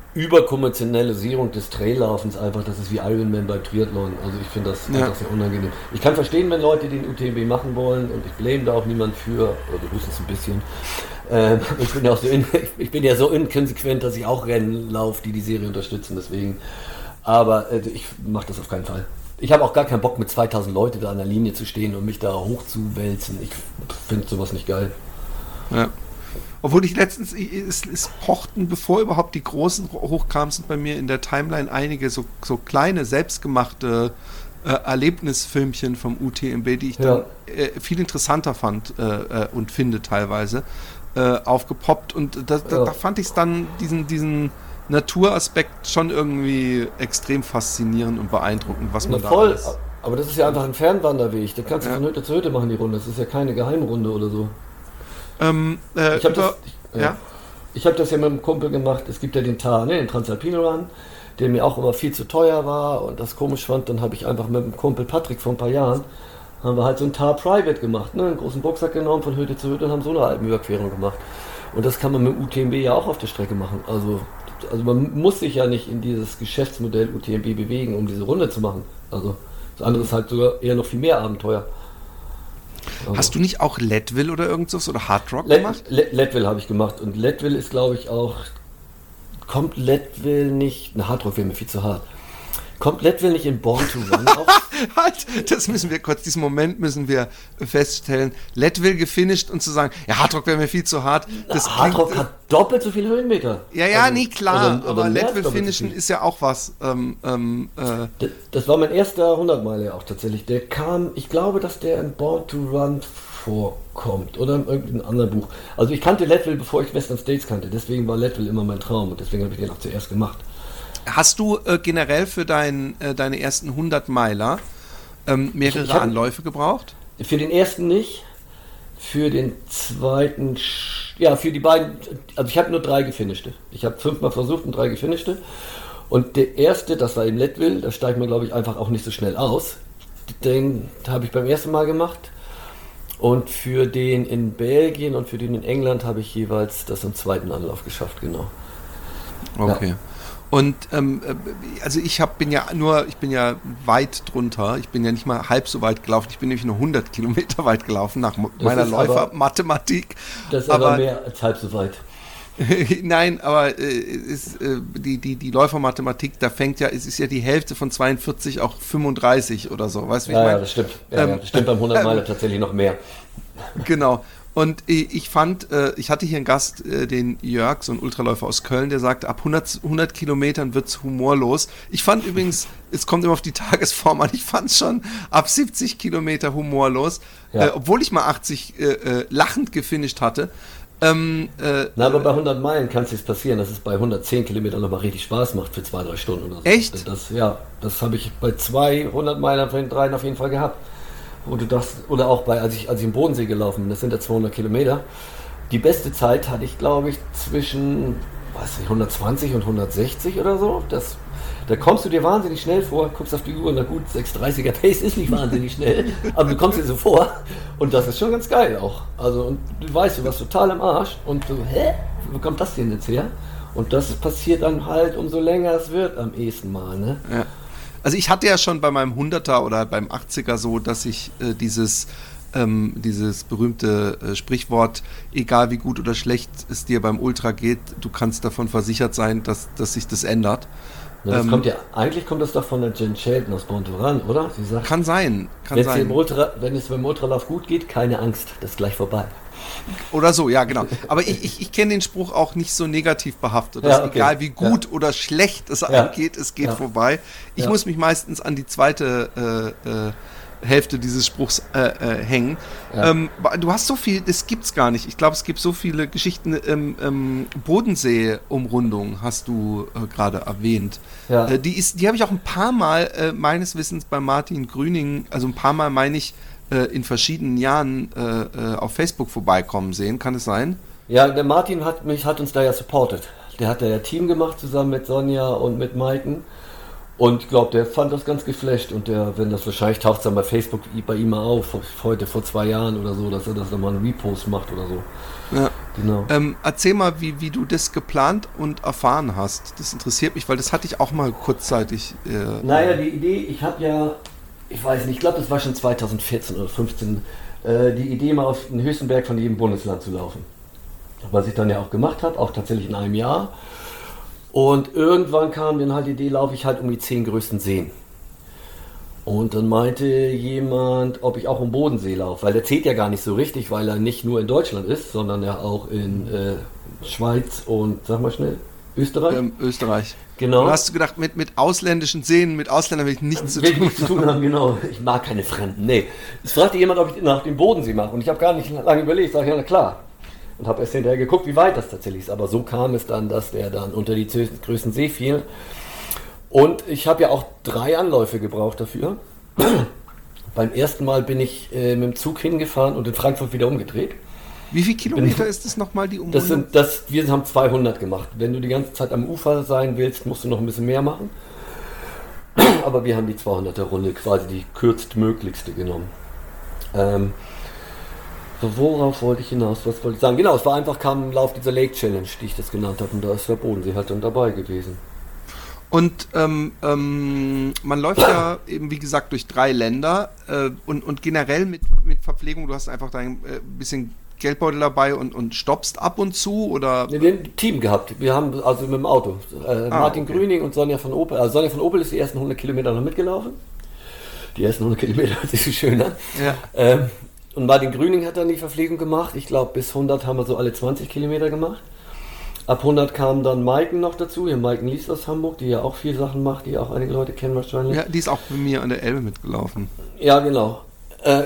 Überkommerzialisierung des Traillaufens einfach, das ist wie Ironman beim Triathlon. Also ich finde das Ja. einfach sehr unangenehm. Ich kann verstehen, wenn Leute den U T M B machen wollen und ich blame da auch niemand für, oder du wusstest ein bisschen. Ähm, ich, bin ja auch so in, ich bin ja so inkonsequent, dass ich auch Rennen laufe, die die Serie unterstützen, deswegen. Aber äh, ich mache das auf keinen Fall. Ich habe auch gar keinen Bock, mit zweitausend Leuten da an der Linie zu stehen und mich da hochzuwälzen. Ich finde sowas nicht geil. Ja. Obwohl ich letztens, es, es pochten, bevor überhaupt die großen hochkamen, sind bei mir in der Timeline einige so, so kleine, selbstgemachte äh, Erlebnisfilmchen vom U T M B, die ich Ja. dann äh, viel interessanter fand äh, äh, und finde teilweise, äh, aufgepoppt. Und da, da, Ja. da fand ich es dann, diesen, diesen Naturaspekt schon irgendwie extrem faszinierend und beeindruckend, was man Na da voll, alles... aber das ist ja einfach ein Fernwanderweg. Da kannst du Ja. von Hütte zu Hütte machen, die Runde. Das ist ja keine Geheimrunde oder so. Ähm, äh, Ich habe über- das, ich, ja. ja. Ich hab das ja mit einem Kumpel gemacht. Es gibt ja den Tar, ne, den Transalpine Run, der mir auch immer viel zu teuer war und das komisch fand. Dann habe ich einfach mit dem Kumpel Patrick vor ein paar Jahren, haben wir halt so ein Tar Private gemacht, ne, einen großen Boxsack genommen von Hütte zu Hütte und haben so eine Alpenüberquerung gemacht. Und das kann man mit dem U T M B ja auch auf der Strecke machen. Also, also man muss sich ja nicht in dieses Geschäftsmodell U T M B bewegen, um diese Runde zu machen. Also das andere ist halt sogar eher noch viel mehr Abenteuer. Also. Hast du nicht auch Leadville oder irgendwas oder Hard Rock Let, gemacht? Let, Leadville habe ich gemacht und Leadville ist, glaube ich, auch. Kommt Leadville nicht. Na, Hardrock wäre mir viel zu hart. Kommt Leadville nicht in Born to Run auch? Halt, das müssen wir kurz, diesen Moment müssen wir feststellen. Leadville gefinisht und zu sagen, ja, Hard Rock wäre mir viel zu hart. Das Hardrock klingt- hat doppelt so viele Höhenmeter. Ja, ja, Also, nee, klar, oder- oder aber mehr als Leadville doppelt so finishen viel. ist ja auch was. Ähm, ähm, äh, Das, das war mein erster hundert-Meiler auch tatsächlich. Der kam, ich glaube, dass der in Born to Run vorkommt oder in irgendeinem anderen Buch. Also ich kannte Leadville, bevor ich Western States kannte. Deswegen war Leadville immer mein Traum und deswegen habe ich den auch zuerst gemacht. hast du äh, generell für dein, äh, deine ersten hundert Meiler ähm, mehrere Ich hab- Anläufe gebraucht? Für den ersten nicht, für den zweiten, sch- ja, für die beiden, also ich habe nur drei gefinischte. Ich habe fünfmal versucht und drei gefinischte. Und der erste, das war in Leadville, da steigt man, glaube ich, einfach auch nicht so schnell aus. Den habe ich beim ersten Mal gemacht. Und für den in Belgien und für den in England habe ich jeweils das im zweiten Anlauf geschafft, genau. Okay. Und ähm, äh, also ich hab, bin ja nur, ich bin ja weit drunter. Ich bin ja nicht mal halb so weit gelaufen. Ich bin nämlich nur hundert Kilometer weit gelaufen nach m- meiner ist aber- Läufermathematik. Das ist aber, mehr als halb so weit. Nein, aber äh, ist, äh, die, die, die Läufermathematik, da fängt ja, es ist ja die Hälfte von zweiundvierzig auch fünfunddreißig oder so. Weißt du, wie Ja, ich ja, meine? das stimmt. Ja, Ähm, ja, das stimmt beim hundert Meiler ähm, tatsächlich noch mehr. Genau. Und ich ich fand, äh, ich hatte hier einen Gast, äh, den Jörg, so ein Ultraläufer aus Köln, der sagte, ab hundert, hundert Kilometern wird es humorlos. Ich fand übrigens, es kommt immer auf die Tagesform an, ich fand es schon ab siebzig Kilometer humorlos, Ja. äh, obwohl ich mal achtzig äh, äh, lachend gefinisht hatte. Ähm, äh, Na, aber bei hundert Meilen kann es jetzt passieren, dass es bei hundertzehn Kilometern nochmal richtig Spaß macht für zwei, drei Stunden oder so. Echt? Das, ja, das habe ich bei zweihundert Meilen von den dreien auf jeden Fall gehabt. Wo du das, oder auch bei, als ich, als ich im Bodensee gelaufen bin, das sind ja zweihundert Kilometer. Die beste Zeit hatte ich, glaube ich, zwischen, weiß nicht, hundertzwanzig und hundertsechzig oder so. Das, da kommst du dir wahnsinnig schnell vor, guckst auf die Uhr, na gut, sechs dreißiger Pace ist nicht wahnsinnig schnell, aber du kommst dir so vor und das ist schon ganz geil auch. Also, und du weißt, du warst total im Arsch und du, hä, wo kommt das denn jetzt her? Und das passiert dann halt, umso länger es wird am ehesten mal, ne? Ja. Also ich hatte ja schon bei meinem hunderter oder beim achtziger so, dass ich äh, dieses, ähm, dieses berühmte äh, Sprichwort, egal wie gut oder schlecht es dir beim Ultra geht, du kannst davon versichert sein, dass, dass sich das ändert. Na, das Ähm, kommt ja, eigentlich kommt das doch von der Jen Shelton aus Born to Run, oder? Sie sagt, Kann sein, kann wenn es, sein. im Ultra, wenn es beim Ultralauf gut geht, keine Angst, das ist gleich vorbei. Oder so, ja, genau. Aber ich, ich, ich kenne den Spruch auch nicht so negativ behaftet, dass Ja, okay. egal wie gut Ja. oder schlecht es Ja. angeht, es geht Ja. vorbei. Ich Ja. muss mich meistens an die zweite äh, äh, Hälfte dieses Spruchs äh, äh, hängen. Ja. Ähm, du hast so viel, das gibt's gar nicht. Ich glaube, es gibt so viele Geschichten. Ähm, ähm, Bodensee-Umrundung hast du äh, gerade erwähnt. Ja. Äh, die ist, die habe ich auch ein paar Mal äh, meines Wissens bei Martin Grüning, also ein paar Mal meine ich, äh, in verschiedenen Jahren äh, äh, auf Facebook vorbeikommen sehen. Kann es sein? Ja, der Martin hat mich, hat uns da ja supportet. Der hat ja ein Team gemacht zusammen mit Sonja und mit Maiken. Und ich glaube, der fand das ganz geflasht und der, wenn das wahrscheinlich taucht es dann bei Facebook bei ihm mal auf, heute vor zwei Jahren oder so, dass er das nochmal einen Repost macht oder so. Ja. Genau. Ähm, erzähl mal, wie, wie du das geplant und erfahren hast. Das interessiert mich, weil das hatte ich auch mal kurzzeitig. Äh, naja, die Idee, ich habe ja, ich weiß nicht, ich glaube, das war schon zweitausendvierzehn oder fünfzehn, äh, die Idee mal auf den höchsten Berg von jedem Bundesland zu laufen. Was ich dann ja auch gemacht habe, auch tatsächlich in einem Jahr. Und irgendwann kam dann halt die Idee, laufe ich halt um die zehn größten Seen. Und dann meinte jemand, ob ich auch um Bodensee laufe, weil der zählt ja gar nicht so richtig, weil er nicht nur in Deutschland ist, sondern ja auch in äh, Schweiz und, sag mal schnell, Österreich? Ähm, Österreich. Genau. Du hast du gedacht, mit, mit ausländischen Seen, mit Ausländern will ich nichts zu will tun, nichts zu tun haben. Genau. Ich mag keine Fremden. Nee. Es fragte jemand, ob ich nach dem Bodensee mache und ich habe gar nicht lange überlegt, sage ich, ja, na klar. Und habe erst hinterher geguckt, wie weit das tatsächlich ist. Aber so kam es dann, dass der dann unter die größten See fiel. Und ich habe ja auch drei Anläufe gebraucht dafür. Beim ersten Mal bin ich äh, mit dem Zug hingefahren und in Frankfurt wieder umgedreht. Wie viele Kilometer bin, ist das nochmal, die Umrundung? Das sind, das, wir haben zweihundert gemacht. Wenn du die ganze Zeit am Ufer sein willst, musst du noch ein bisschen mehr machen. Aber wir haben die zweihunderter Runde, quasi die kürztmöglichste genommen. Ähm, So, worauf wollte ich hinaus? Was wollte ich sagen? Genau, es war einfach, kam im Lauf dieser Lake Challenge, die ich das genannt habe, und da ist der Bodensee halt dann dabei gewesen. Und ähm, ähm, man läuft ja eben, wie gesagt, durch drei Länder äh, und, und generell mit, mit Verpflegung, du hast einfach dein äh, bisschen Geldbeutel dabei und, und stoppst ab und zu, oder? Wir haben ein Team gehabt, wir haben also mit dem Auto, äh, ah, Martin okay. Grüning und Sonja von Opel, also Sonja von Opel ist die ersten hundert Kilometer noch mitgelaufen, die ersten hundert Kilometer hört sich so schön an. Ja. Ähm, Und Martin Grüning hat dann die Verpflegung gemacht. Ich glaube, bis hundert haben wir so alle zwanzig Kilometer gemacht. Ab hundert kam dann Maiken noch dazu. Hier Maiken Lies aus Hamburg, die ja auch viel Sachen macht, die auch einige Leute kennen wahrscheinlich. Ja, die ist auch bei mir an der Elbe mitgelaufen. Ja, genau. Äh,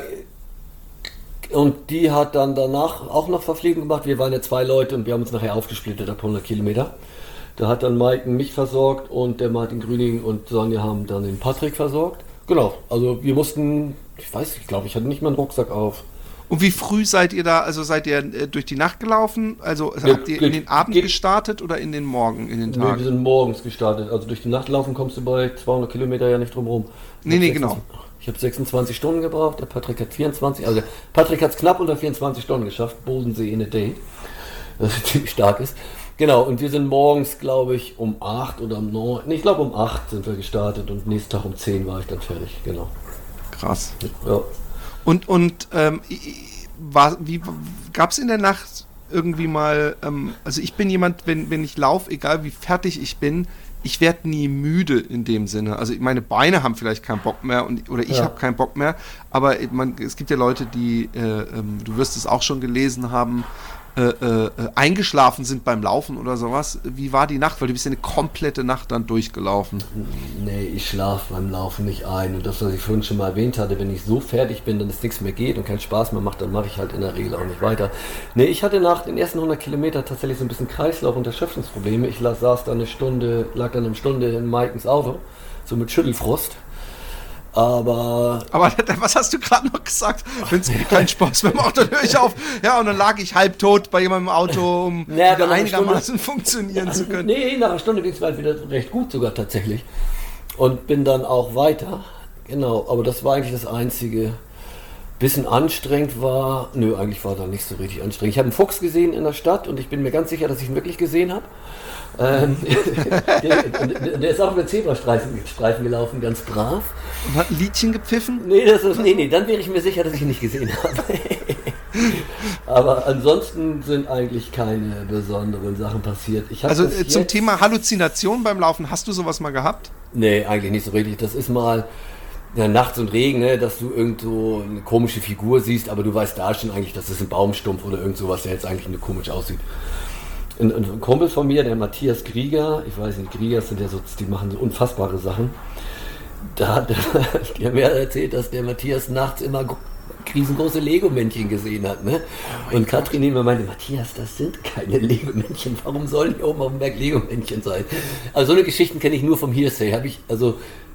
und die hat dann danach auch noch Verpflegung gemacht. Wir waren ja zwei Leute und wir haben uns nachher aufgesplittet ab hundert Kilometer. Da hat dann Maiken mich versorgt und der Martin Grüning und Sonja haben dann den Patrick versorgt. Genau, also wir mussten, ich weiß, ich glaube, ich hatte nicht mal einen Rucksack auf. Und wie früh seid ihr da, also seid ihr äh, durch die Nacht gelaufen? Also ja, habt ihr geht, in den Abend geht, gestartet oder in den Morgen, in den Tag? Nee, wir sind morgens gestartet. Also durch die Nacht laufen kommst du bei zweihundert Kilometer ja nicht drum rum. Nee, nee, genau. Ich habe sechsundzwanzig Stunden gebraucht, der Patrick hat vierundzwanzig, also der Patrick hat es knapp unter vierundzwanzig Stunden geschafft, Bodensee in a day, was ziemlich stark ist. Genau, und wir sind morgens, glaube ich, um acht oder um neun, nee, ich glaube um acht sind wir gestartet und nächsten Tag um zehn war ich dann fertig, genau. Krass. Ja. Und, und ähm, war, wie gab es in der Nacht irgendwie mal, ähm, also ich bin jemand, wenn, wenn ich laufe, egal wie fertig ich bin, ich werde nie müde in dem Sinne. Also meine Beine haben vielleicht keinen Bock mehr und, oder ich ja. habe keinen Bock mehr, aber man, es gibt ja Leute, die, äh, ähm, du wirst es auch schon gelesen haben, Äh, äh, eingeschlafen sind beim Laufen oder sowas. Wie war die Nacht? Weil du bist ja eine komplette Nacht dann durchgelaufen. Nee, ich schlafe beim Laufen nicht ein. Und das, was ich vorhin schon mal erwähnt hatte, wenn ich so fertig bin, dass es nichts mehr geht und keinen Spaß mehr macht, dann mache ich halt in der Regel auch nicht weiter. Nee, ich hatte nach den ersten hundert Kilometern tatsächlich so ein bisschen Kreislauf- und Erschöpfungsprobleme. Ich las, saß dann eine Stunde, lag dann eine Stunde in Maikens Auto, so mit Schüttelfrost. Aber... Aber was hast du gerade noch gesagt? Wenn es keinen Spaß mehr macht, dann höre ich auf. Ja, und dann lag ich halbtot bei jemandem im Auto, um naja, einigermaßen funktionieren zu können. Nee, nach einer Stunde ging es halt wieder recht gut sogar tatsächlich. Und bin dann auch weiter. Genau, aber das war eigentlich das Einzige. Bisschen anstrengend war... Nö, eigentlich war da nicht so richtig anstrengend. Ich habe einen Fuchs gesehen in der Stadt und ich bin mir ganz sicher, dass ich ihn wirklich gesehen habe. Ähm, der, der ist auch über Zebrastreifen Streifen gelaufen, ganz brav. Und hat ein Liedchen gepfiffen? Nee, das ist, nee, nee, dann wäre ich mir sicher, dass ich ihn nicht gesehen habe. Aber ansonsten sind eigentlich keine besonderen Sachen passiert. Ich also äh, zum Thema Halluzination beim Laufen, hast du sowas mal gehabt? Nee, eigentlich nicht so richtig. Das ist mal ja, nachts und Regen, ne, dass du irgendwo eine komische Figur siehst, aber du weißt da schon eigentlich, dass es ein Baumstumpf oder irgend sowas, der jetzt eigentlich nur komisch aussieht. Ein, ein Kumpel von mir, der Matthias Grieger, ich weiß nicht, Griegers sind ja so, die machen so unfassbare Sachen. Da hat der mir erzählt, dass der Matthias nachts immer riesengroße Lego-Männchen gesehen hat. Ne? Oh und Katrin immer meinte, Matthias, das sind keine Lego-Männchen. Warum sollen hier oben auf dem Berg Lego-Männchen sein? Also so eine Geschichten kenne ich nur vom Hearsay. Habe ich, also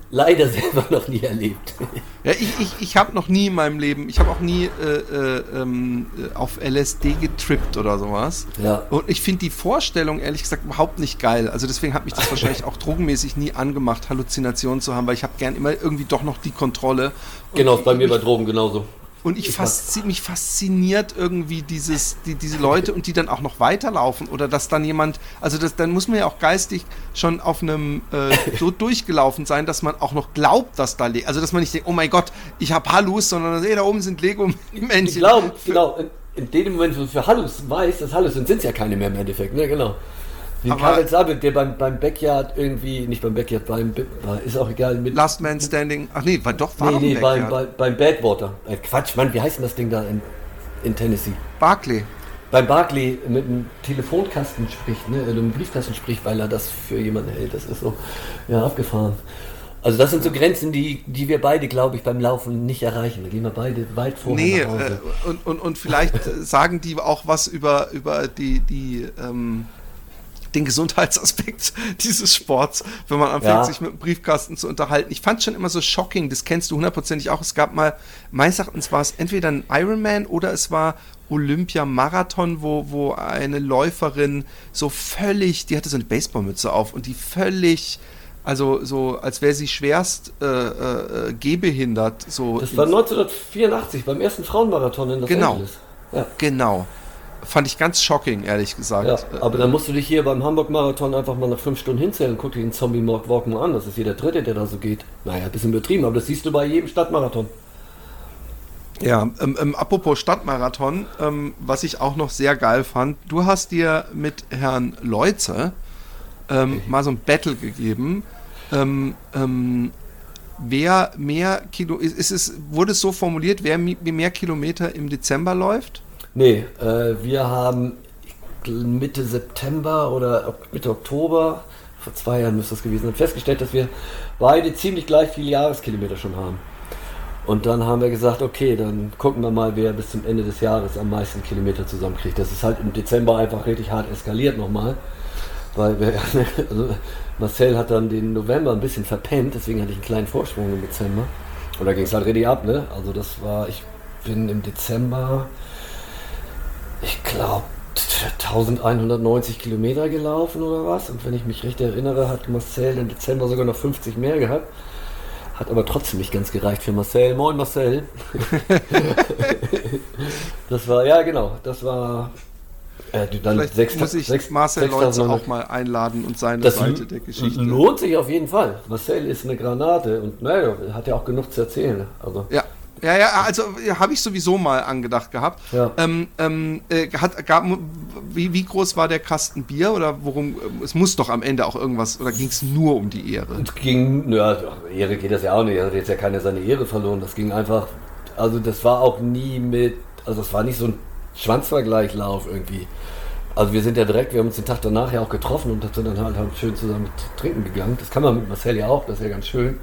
leider selber noch nie erlebt. Ja, ich, ich, ich habe noch nie in meinem Leben, ich habe auch nie äh, äh, ähm, auf L S D getrippt oder sowas. Ja. Und ich finde die Vorstellung, ehrlich gesagt, überhaupt nicht geil. Also deswegen hat mich das wahrscheinlich auch drogenmäßig nie angemacht, Halluzinationen zu haben, weil ich habe gern immer irgendwie doch noch die Kontrolle. Und genau, ist bei ich, mir bei Drogen genauso. Und ich faszi- mich fasziniert irgendwie dieses, die, diese Leute und die dann auch noch weiterlaufen oder dass dann jemand, also das, dann muss man ja auch geistig schon auf einem äh, so durchgelaufen sein, dass man auch noch glaubt, dass da, Le- also dass man nicht denkt, oh mein Gott, ich habe Hallus, sondern ey, da oben sind Lego-Männchen. Die glauben, genau, in, in dem Moment, wo du für Hallus weißt, dass Hallus sind, sind es ja keine mehr im Endeffekt, ne, genau. Wie Karel Sabit, der beim, beim Backyard irgendwie, nicht beim Backyard, beim, ist auch egal. Mit Last Man Standing, ach nee, war doch, war nee, nee, doch beim, beim, beim Badwater. Äh, Quatsch, Mann, wie heißt denn das Ding da in, in Tennessee? Barclay. Beim Barclay mit einem Telefonkasten spricht, ne, einem Briefkasten spricht, weil er das für jemanden hält. Das ist so, ja, abgefahren. Also das sind so Grenzen, die, die wir beide, glaube ich, beim Laufen nicht erreichen. Da gehen wir beide weit vorher nee, nach Hause. Äh, und, und, und vielleicht sagen die auch was über, über die, die ähm, den Gesundheitsaspekt dieses Sports, wenn man anfängt, ja. sich mit dem Briefkasten zu unterhalten. Ich fand es schon immer so shocking, das kennst du hundertprozentig auch. Es gab mal, meines Erachtens war es entweder ein Ironman oder es war Olympia-Marathon, wo, wo eine Läuferin so völlig, die hatte so eine Baseballmütze auf und die völlig, also so, als wäre sie schwerst äh, äh, gehbehindert. So das war neunzehnhundertvierundachtzig beim ersten Frauenmarathon in Los genau, Angeles. Ja. Genau. Fand ich ganz shocking, ehrlich gesagt. Ja, aber dann musst du dich hier beim Hamburg-Marathon einfach mal nach fünf Stunden hinzählen und guck dir den Zombie-Walk mal an. Das ist jeder Dritte, der da so geht. Naja, ein bisschen übertrieben, aber das siehst du bei jedem Stadtmarathon. Ja, ähm, ähm, apropos Stadtmarathon, ähm, was ich auch noch sehr geil fand, du hast dir mit Herrn Leutze ähm, okay. mal so ein Battle gegeben. Ähm, ähm, wer mehr Kilo, ist, ist es, wurde es so formuliert, wer mehr Kilometer im Dezember läuft? Nee, äh, wir haben Mitte September oder Mitte Oktober, vor zwei Jahren müsste das gewesen sein, festgestellt, dass wir beide ziemlich gleich viele Jahreskilometer schon haben. Und dann haben wir gesagt, okay, dann gucken wir mal, wer bis zum Ende des Jahres am meisten Kilometer zusammenkriegt. Das ist halt im Dezember einfach richtig hart eskaliert nochmal, weil wir, also Marcel hat dann den November ein bisschen verpennt, deswegen hatte ich einen kleinen Vorsprung im Dezember. Und da ging es halt richtig ab, ne? Also das war, ich bin im Dezember, ich glaube, elfhundertneunzig Kilometer gelaufen oder was. Und wenn ich mich recht erinnere, hat Marcel im Dezember sogar noch fünfzig mehr gehabt. Hat aber trotzdem nicht ganz gereicht für Marcel. Moin Marcel. Das war, ja genau, das war äh, dann Vielleicht sechs, muss ich sechs, Marcel Leutze auch mal einladen und seine das Seite der Geschichte. Lohnt sich auf jeden Fall. Marcel ist eine Granate und naja, hat ja auch genug zu erzählen. Also. Ja. Ja, ja, also ja, habe ich sowieso mal angedacht gehabt. Ja. Ähm, ähm, äh, hat, gab, wie, wie groß war der Kasten Bier oder worum? Es muss doch am Ende auch irgendwas, oder ging es nur um die Ehre? Es ging, ja, Ehre geht das ja auch nicht. Er hat jetzt ja keiner seine Ehre verloren. Das ging einfach, also das war auch nie mit, also es war nicht so ein Schwanzvergleichlauf irgendwie. Also wir sind ja direkt, wir haben uns den Tag danach ja auch getroffen und sind dann halt, halt schön zusammen trinken gegangen. Das kann man mit Marcel ja auch, das ist ja ganz schön.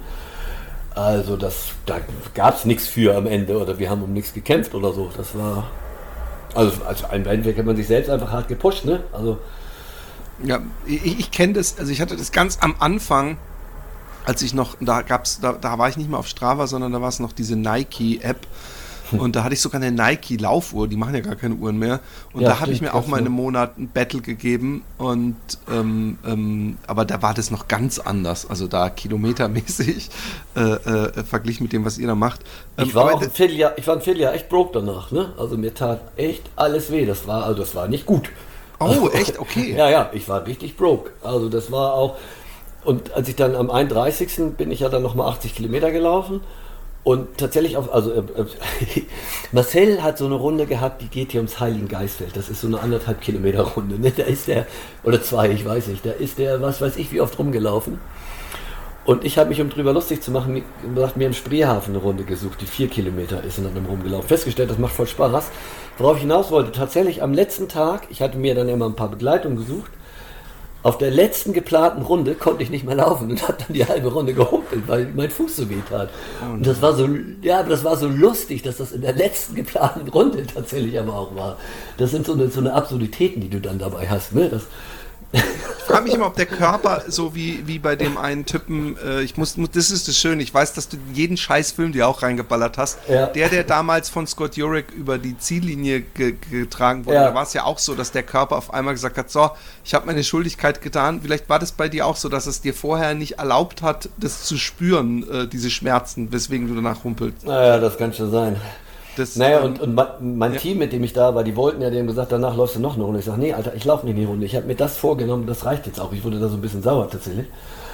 Also das, da gab es nichts für am Ende oder wir haben um nichts gekämpft oder so. Das war, also als ein Endeffekt hat man sich selbst einfach hart gepusht, ne? Also ja, ich, ich kenne das, also ich hatte das ganz am Anfang, als ich noch, da gab's, da, da war ich nicht mehr auf Strava, sondern da war es noch diese Nike-App. Und da hatte ich sogar eine Nike-Laufuhr, die machen ja gar keine Uhren mehr. Und ja, da habe ich mir auch mal in einem Monat ein Battle gegeben. Und ähm, ähm, aber da war das noch ganz anders. Also da kilometermäßig äh, äh, verglichen mit dem, was ihr da macht. Ähm, ich, war auch ein Vierteljahr, ich war ein Vierteljahr echt broke danach. Ne? Also mir tat echt alles weh. Das war, also das war nicht gut. Oh, also, echt? Okay. Ja, ja, ich war richtig broke. Also das war auch. Und als ich dann am einunddreißigsten bin ich ja dann nochmal achtzig Kilometer gelaufen. Und tatsächlich auch, also äh, äh, Marcel hat so eine Runde gehabt, die geht hier ums Heiligengeistfeld. Das ist so eine anderthalb Kilometer Runde. Ne? Da ist der, oder zwei, ich weiß nicht, da ist der, was weiß ich, wie oft rumgelaufen. Und ich habe mich, um drüber lustig zu machen, gesagt, mir im Spreehafen eine Runde gesucht, die vier Kilometer ist und dann rumgelaufen. Festgestellt, das macht voll Spaß. Worauf ich hinaus wollte, tatsächlich am letzten Tag, ich hatte mir dann immer ein paar Begleitungen gesucht, auf der letzten geplanten Runde konnte ich nicht mehr laufen und habe dann die halbe Runde gehumpelt, weil mein Fuß so weh tat. Und das war so, ja, das war so lustig, dass das in der letzten geplanten Runde tatsächlich aber auch war. Das sind so eine, so eine Absurditäten, die du dann dabei hast, ne? Das frage mich immer, ob der Körper, so wie, wie bei dem einen Typen, äh, ich muss, das ist das Schöne, ich weiß, dass du jeden Scheißfilm dir auch reingeballert hast. Ja. Der, der damals von Scott Jurek über die Ziellinie ge getragen wurde, ja. Da war es ja auch so, dass der Körper auf einmal gesagt hat, so, ich habe meine Schuldigkeit getan. Vielleicht war das bei dir auch so, dass es dir vorher nicht erlaubt hat, das zu spüren, äh, diese Schmerzen, weswegen du danach humpelst. Naja, das kann schon sein. Das, naja, und, und mein, mein ja. Team, mit dem ich da war, die wollten ja, die haben gesagt, danach läufst du noch eine Runde. Ich sage, nee, Alter, ich laufe nicht eine Runde. Ich habe mir das vorgenommen, das reicht jetzt auch. Ich wurde da so ein bisschen sauer tatsächlich.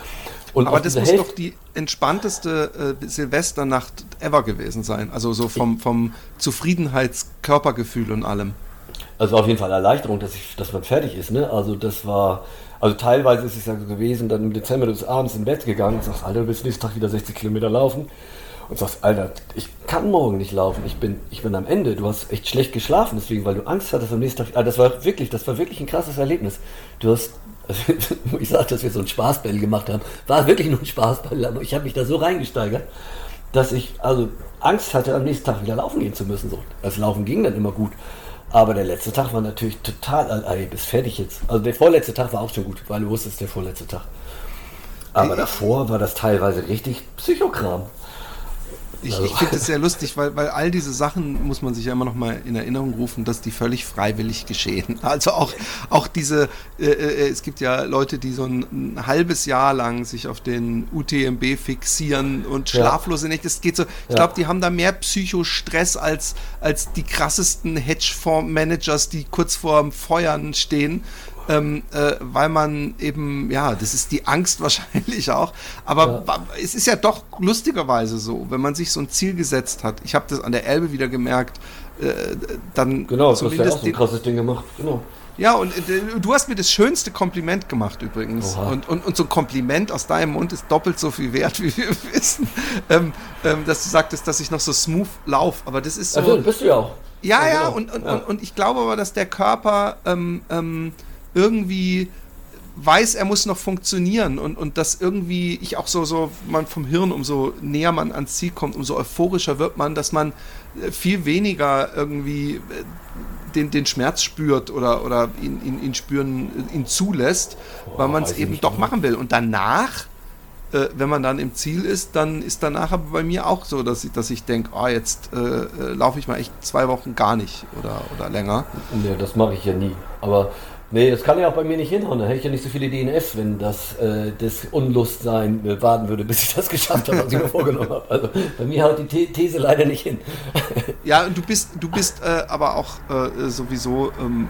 Und aber das muss Hälfte doch die entspannteste äh, Silvesternacht ever gewesen sein. Also so vom, vom Zufriedenheitskörpergefühl und allem. Also auf jeden Fall Erleichterung, dass, ich, dass man fertig ist. Ne? Also das war, also teilweise ist es ja so gewesen, dann im Dezember, du bist abends im Bett gegangen und sagst, Alter, du willst nächsten Tag wieder sechzig Kilometer laufen. Und sagst, Alter, ich kann morgen nicht laufen, ich bin, ich bin am Ende, du hast echt schlecht geschlafen deswegen, weil du Angst hattest am nächsten Tag. Also das war wirklich, das war wirklich ein krasses Erlebnis. Du hast, also, ich sag, dass wir so ein Spaßball gemacht haben, war wirklich nur ein Spaßball, aber ich habe mich da so reingesteigert, dass ich also Angst hatte, am nächsten Tag wieder laufen gehen zu müssen. So. Das Laufen ging dann immer gut. Aber der letzte Tag war natürlich total, also, ey, bist fertig jetzt. Also der vorletzte Tag war auch schon gut, weil du wusstest, der vorletzte Tag. Aber davor war das teilweise richtig Psychokram. Ich, ich finde es sehr lustig, weil, weil all diese Sachen muss man sich ja immer noch mal in Erinnerung rufen, dass die völlig freiwillig geschehen. Also auch, auch diese, äh, äh, es gibt ja Leute, die so ein, ein halbes Jahr lang sich auf den U T M B fixieren und schlaflose Nächte. Das geht so. Ich glaube, die haben da mehr Psychostress als, als die krassesten Hedgefonds-Managers, die kurz vorm Feuern stehen. Ähm, äh, weil man eben, ja, das ist die Angst wahrscheinlich auch, aber ja. Es ist ja doch lustigerweise so, wenn man sich so ein Ziel gesetzt hat, ich habe das an der Elbe wieder gemerkt, äh, dann genau, du hast ja auch so ein krasses Ding gemacht, genau. Ja, und äh, du hast mir das schönste Kompliment gemacht übrigens. Und, und, und so ein Kompliment aus deinem Mund ist doppelt so viel wert, wie wir wissen, ähm, ähm, dass du sagtest, dass ich noch so smooth laufe, aber das ist so... Also, bist du ja auch. Ja, ja, ja und, und, ja. Und, und ich glaube aber, dass der Körper ähm, ähm, irgendwie weiß, er muss noch funktionieren und, und dass irgendwie ich auch so, so man vom Hirn, umso näher man ans Ziel kommt, umso euphorischer wird man, dass man viel weniger irgendwie den, den Schmerz spürt oder, oder ihn, ihn, ihn spüren, ihn zulässt, oh, weil man es eben doch machen will. Und danach, äh, wenn man dann im Ziel ist, dann ist danach aber bei mir auch so, dass ich, dass ich denke, oh, jetzt äh, laufe ich mal echt zwei Wochen gar nicht oder, oder länger. Nee, das mache ich ja nie. Aber nee, das kann ja auch bei mir nicht hinhauen. Da hätte ich ja nicht so viele D N Fs, wenn das, äh, das Unlustsein äh, warten würde, bis ich das geschafft habe, was ich mir vorgenommen habe. Also bei mir haut die The These leider nicht hin. Ja, und du bist, du bist äh, aber auch äh, sowieso ähm,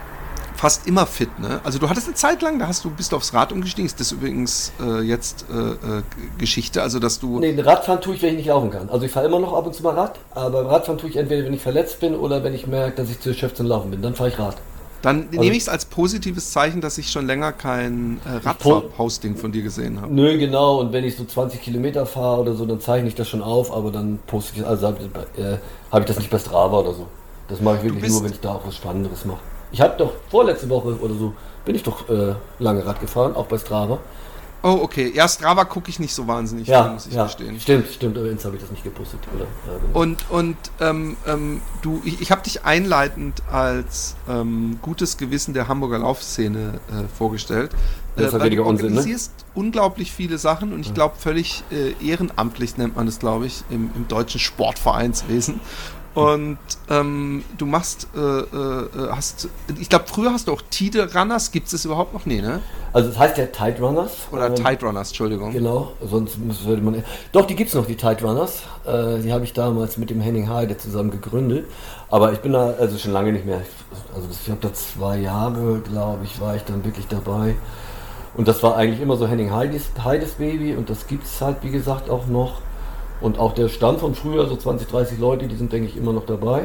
fast immer fit, ne? Also du hattest eine Zeit lang, da hast du bist aufs Rad umgestiegen. Ist das übrigens äh, jetzt äh, äh, Geschichte, also dass du... Nee, Radfahren tue ich, wenn ich nicht laufen kann. Also ich fahre immer noch ab und zu mal Rad, aber Radfahren tue ich entweder, wenn ich verletzt bin oder wenn ich merke, dass ich zu erschöpft zum Laufen bin. Dann fahre ich Rad. Dann also, nehme ich es als positives Zeichen, dass ich schon länger kein äh, Radfahr-Posting von dir gesehen habe. Nö, genau. Und wenn ich so zwanzig Kilometer fahre oder so, dann zeichne ich das schon auf, aber dann poste ich, also äh, habe ich das nicht bei Strava oder so. Das mache ich wirklich nur, wenn ich da auch was Spannenderes mache. Ich habe doch vorletzte Woche oder so, bin ich doch äh, lange Rad gefahren, auch bei Strava. Oh, okay. Ja, Strava gucke ich nicht so wahnsinnig ja, viel, muss ich ja, verstehen. Stimmt, stimmt, aber jetzt habe ich das nicht gepostet. Oder? Ja, genau. Und, und ähm, ähm, du, ich, ich habe dich einleitend als ähm, gutes Gewissen der Hamburger Laufszene äh, vorgestellt. Das ist äh, weil du Unsinn, organisierst ne? unglaublich viele Sachen und ich glaube völlig äh, ehrenamtlich nennt man das, glaube ich, im, im deutschen Sportvereinswesen. Und ähm, du machst, äh, äh, hast, ich glaube, früher hast du auch Tide Runners, gibt es das überhaupt noch? Nee, ne? Also es heißt ja Tide Runners. Oder ähm, Tide Runners, Entschuldigung. Genau, sonst würde man... Doch, die gibt es noch, die Tide Runners. Äh, die habe ich damals mit dem Henning Heide zusammen gegründet. Aber ich bin da also schon lange nicht mehr. Also ich habe da zwei Jahre, glaube ich, war ich dann wirklich dabei. Und das war eigentlich immer so Henning Heides, Heides Baby und das gibt es halt, wie gesagt, auch noch. Und auch der Stamm von früher, so zwanzig, dreißig Leute, die sind, denke ich, immer noch dabei.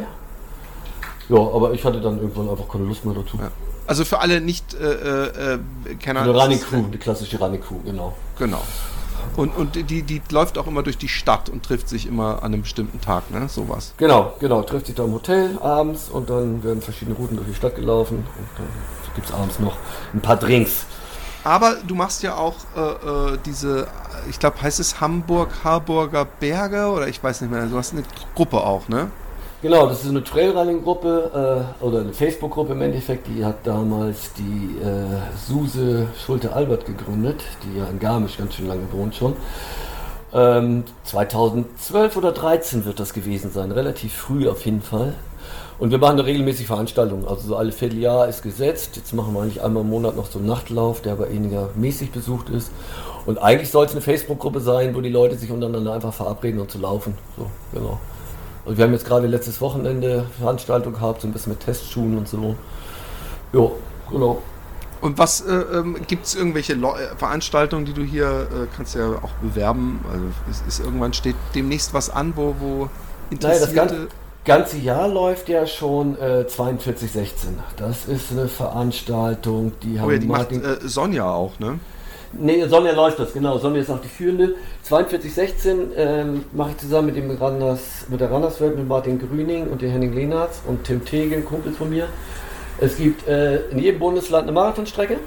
Ja, aber ich hatte dann irgendwann einfach keine Lust mehr dazu. Ja. Also für alle nicht äh, äh, Kenner... Eine Running Crew, die klassische Running Crew, genau. Genau. Und, und die, die läuft auch immer durch die Stadt und trifft sich immer an einem bestimmten Tag, ne? Sowas. Genau, genau. Trifft sich da im Hotel abends und dann werden verschiedene Routen durch die Stadt gelaufen. Und dann gibt es abends noch ein paar Drinks. Aber du machst ja auch äh, äh, diese, ich glaube, heißt es Hamburg, Harburger Berge oder ich weiß nicht mehr, du hast eine Gruppe auch, ne? Genau, das ist eine Trailrunning-Gruppe äh, oder eine Facebook-Gruppe im Endeffekt, die hat damals die äh, Suse Schulte-Albert gegründet, die ja in Garmisch ganz schön lange wohnt schon. Ähm, zweitausendzwölf oder dreizehn wird das gewesen sein, relativ früh auf jeden Fall. Und wir machen eine regelmäßige Veranstaltung, also so alle Vierteljahr ist gesetzt. Jetzt machen wir eigentlich einmal im Monat noch so einen Nachtlauf, der aber weniger mäßig besucht ist. Und eigentlich soll es eine Facebook-Gruppe sein, wo die Leute sich untereinander einfach verabreden und zu laufen. So, genau. Und wir haben jetzt gerade letztes Wochenende Veranstaltung gehabt, so ein bisschen mit Testschuhen und so. Jo, genau. Und was äh, ähm, gibt es irgendwelche Le- Veranstaltungen, die du hier äh, kannst ja auch bewerben? Also ist, ist irgendwann steht demnächst was an, wo, wo Interessierte... Naja, das ganze, ganze Jahr läuft ja schon äh, zweiundvierzig sechzehn. Das ist eine Veranstaltung, die haben oh ja, die Martin, macht äh, Sonja auch, ne? Nee, Sonja läuft das, genau. Sonja ist auch die führende. zweiundvierzig sechzehn ähm, mache ich zusammen mit dem Randers, mit der Randerswelt, mit Martin Grüning und dem Henning Lehnertz und Tim Tegel, Kumpels von mir. Es gibt äh, in jedem Bundesland eine Marathonstrecke.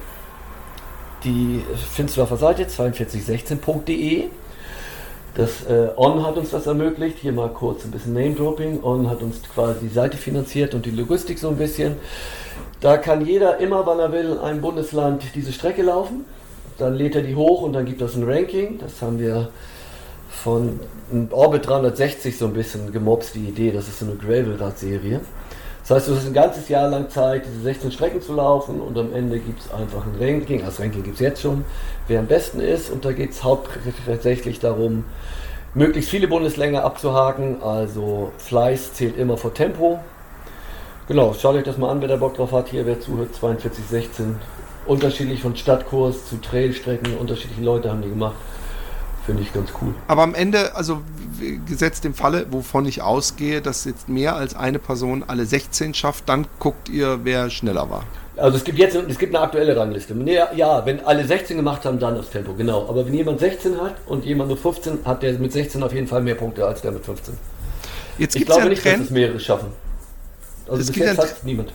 Die findest du auf der Seite zweiundvierzig sechzehn punkt de. Das äh, On hat uns das ermöglicht. Hier mal kurz ein bisschen Name-Dropping. On hat uns quasi die Seite finanziert und die Logistik so ein bisschen. Da kann jeder immer, wann er will, in einem Bundesland diese Strecke laufen. Dann lädt er die hoch und dann gibt es ein Ranking. Das haben wir von Orbit dreihundertsechzig so ein bisschen gemobst, die Idee. Das ist so eine Gravel-Rad-Serie. Das heißt, du hast ein ganzes Jahr lang Zeit, diese sechzehn Strecken zu laufen und am Ende gibt es einfach ein Ranking. Das Ranking gibt es jetzt schon, wer am besten ist. Und da geht es hauptsächlich darum, möglichst viele Bundeslänge abzuhaken. Also Fleiß zählt immer vor Tempo. Genau, schaut euch das mal an, wer da Bock drauf hat. Hier, wer zuhört, zweiundvierzig sechzehn. Unterschiedlich von Stadtkurs zu Trailstrecken, unterschiedliche Leute haben die gemacht. Finde ich ganz cool. Aber am Ende, also gesetzt im Falle, wovon ich ausgehe, dass jetzt mehr als eine Person alle sechzehn schafft, dann guckt ihr, wer schneller war. Also es gibt jetzt es gibt eine aktuelle Rangliste. Ja, wenn alle sechzehn gemacht haben, dann das Tempo, genau. Aber wenn jemand sechzehn hat und jemand nur fünfzehn, hat der mit sechzehn auf jeden Fall mehr Punkte als der mit fünfzehn. Jetzt ich glaube ja nicht, Trend, dass es mehrere schaffen. Also es bis gibt jetzt hat niemand.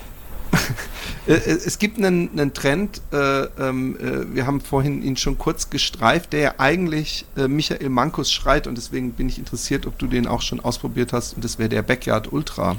Es gibt einen, einen Trend, äh, äh, wir haben vorhin ihn schon kurz gestreift, der ja eigentlich äh, Michael Mankus schreit und deswegen bin ich interessiert, ob du den auch schon ausprobiert hast und das wäre der Backyard Ultra.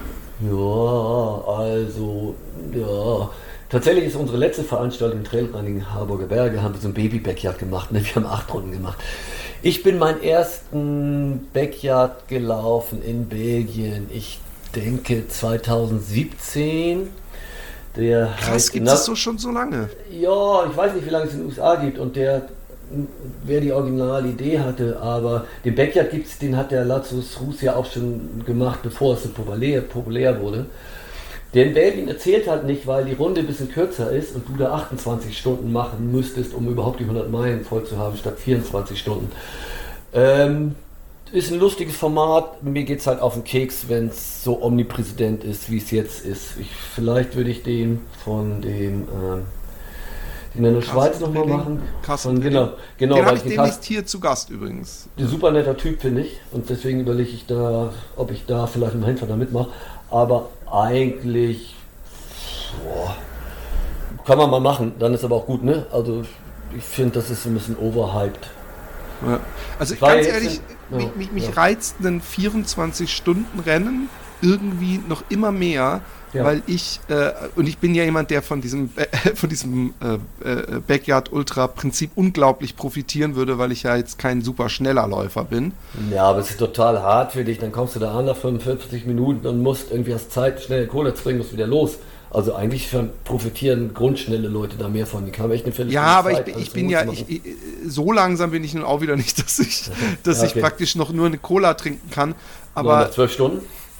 Ja, also, ja. Tatsächlich ist unsere letzte Veranstaltung im Trailrunning Harburger Berge, haben wir so ein Baby-Backyard gemacht, ne? Wir haben acht Runden gemacht. Ich bin meinen ersten Backyard gelaufen in Belgien, ich denke zweitausendsiebzehn. Der Krass, gibt es so schon so lange? Ja, ich weiß nicht, wie lange es in den U S A gibt und der, wer die originale Idee hatte, aber den Backyard gibt's, den hat der Lazarus Ruß ja auch schon gemacht, bevor es so populär, populär wurde. Der in Belgien erzählt hat nicht, weil die Runde ein bisschen kürzer ist und du da achtundzwanzig Stunden machen müsstest, um überhaupt die hundert Meilen voll zu haben, statt vierundzwanzig Stunden. Ähm, Ist ein lustiges Format, mir geht es halt auf den Keks, wenn es so omnipräsent ist, wie es jetzt ist. Ich, vielleicht würde ich den von dem, ähm, den in der Schweiz nochmal machen. Von, genau, genau, den habe ich demnächst hier zu Gast übrigens. Ein super netter Typ, finde ich. Und deswegen überlege ich da, ob ich da vielleicht mal hinfahre, da mitmache. Aber eigentlich, boah, kann man mal machen, dann ist aber auch gut, ne? Also ich finde, das ist so ein bisschen overhyped. Ja. Also ganz ehrlich, in, mich, mich, mich ja. reizt ein vierundzwanzig-Stunden-Rennen irgendwie noch immer mehr, ja. weil ich, äh, und ich bin ja jemand, der von diesem, äh, von diesem äh, äh, Backyard-Ultra-Prinzip unglaublich profitieren würde, weil ich ja jetzt kein super schneller Läufer bin. Ja, aber es ist total hart für dich, dann kommst du da an nach fünfundvierzig Minuten und musst irgendwie hast Zeit, schnell Kohle zu bringen, musst wieder los. Also eigentlich profitieren grundschnelle Leute da mehr von. Die haben echt eine Viertelstunde Ja, aber Zeit, ich, ich bin ja, ich, ich, so langsam bin ich nun auch wieder nicht, dass ich, dass ja, okay. ich praktisch noch nur eine Cola trinken kann. Aber nach zwölf Stunden?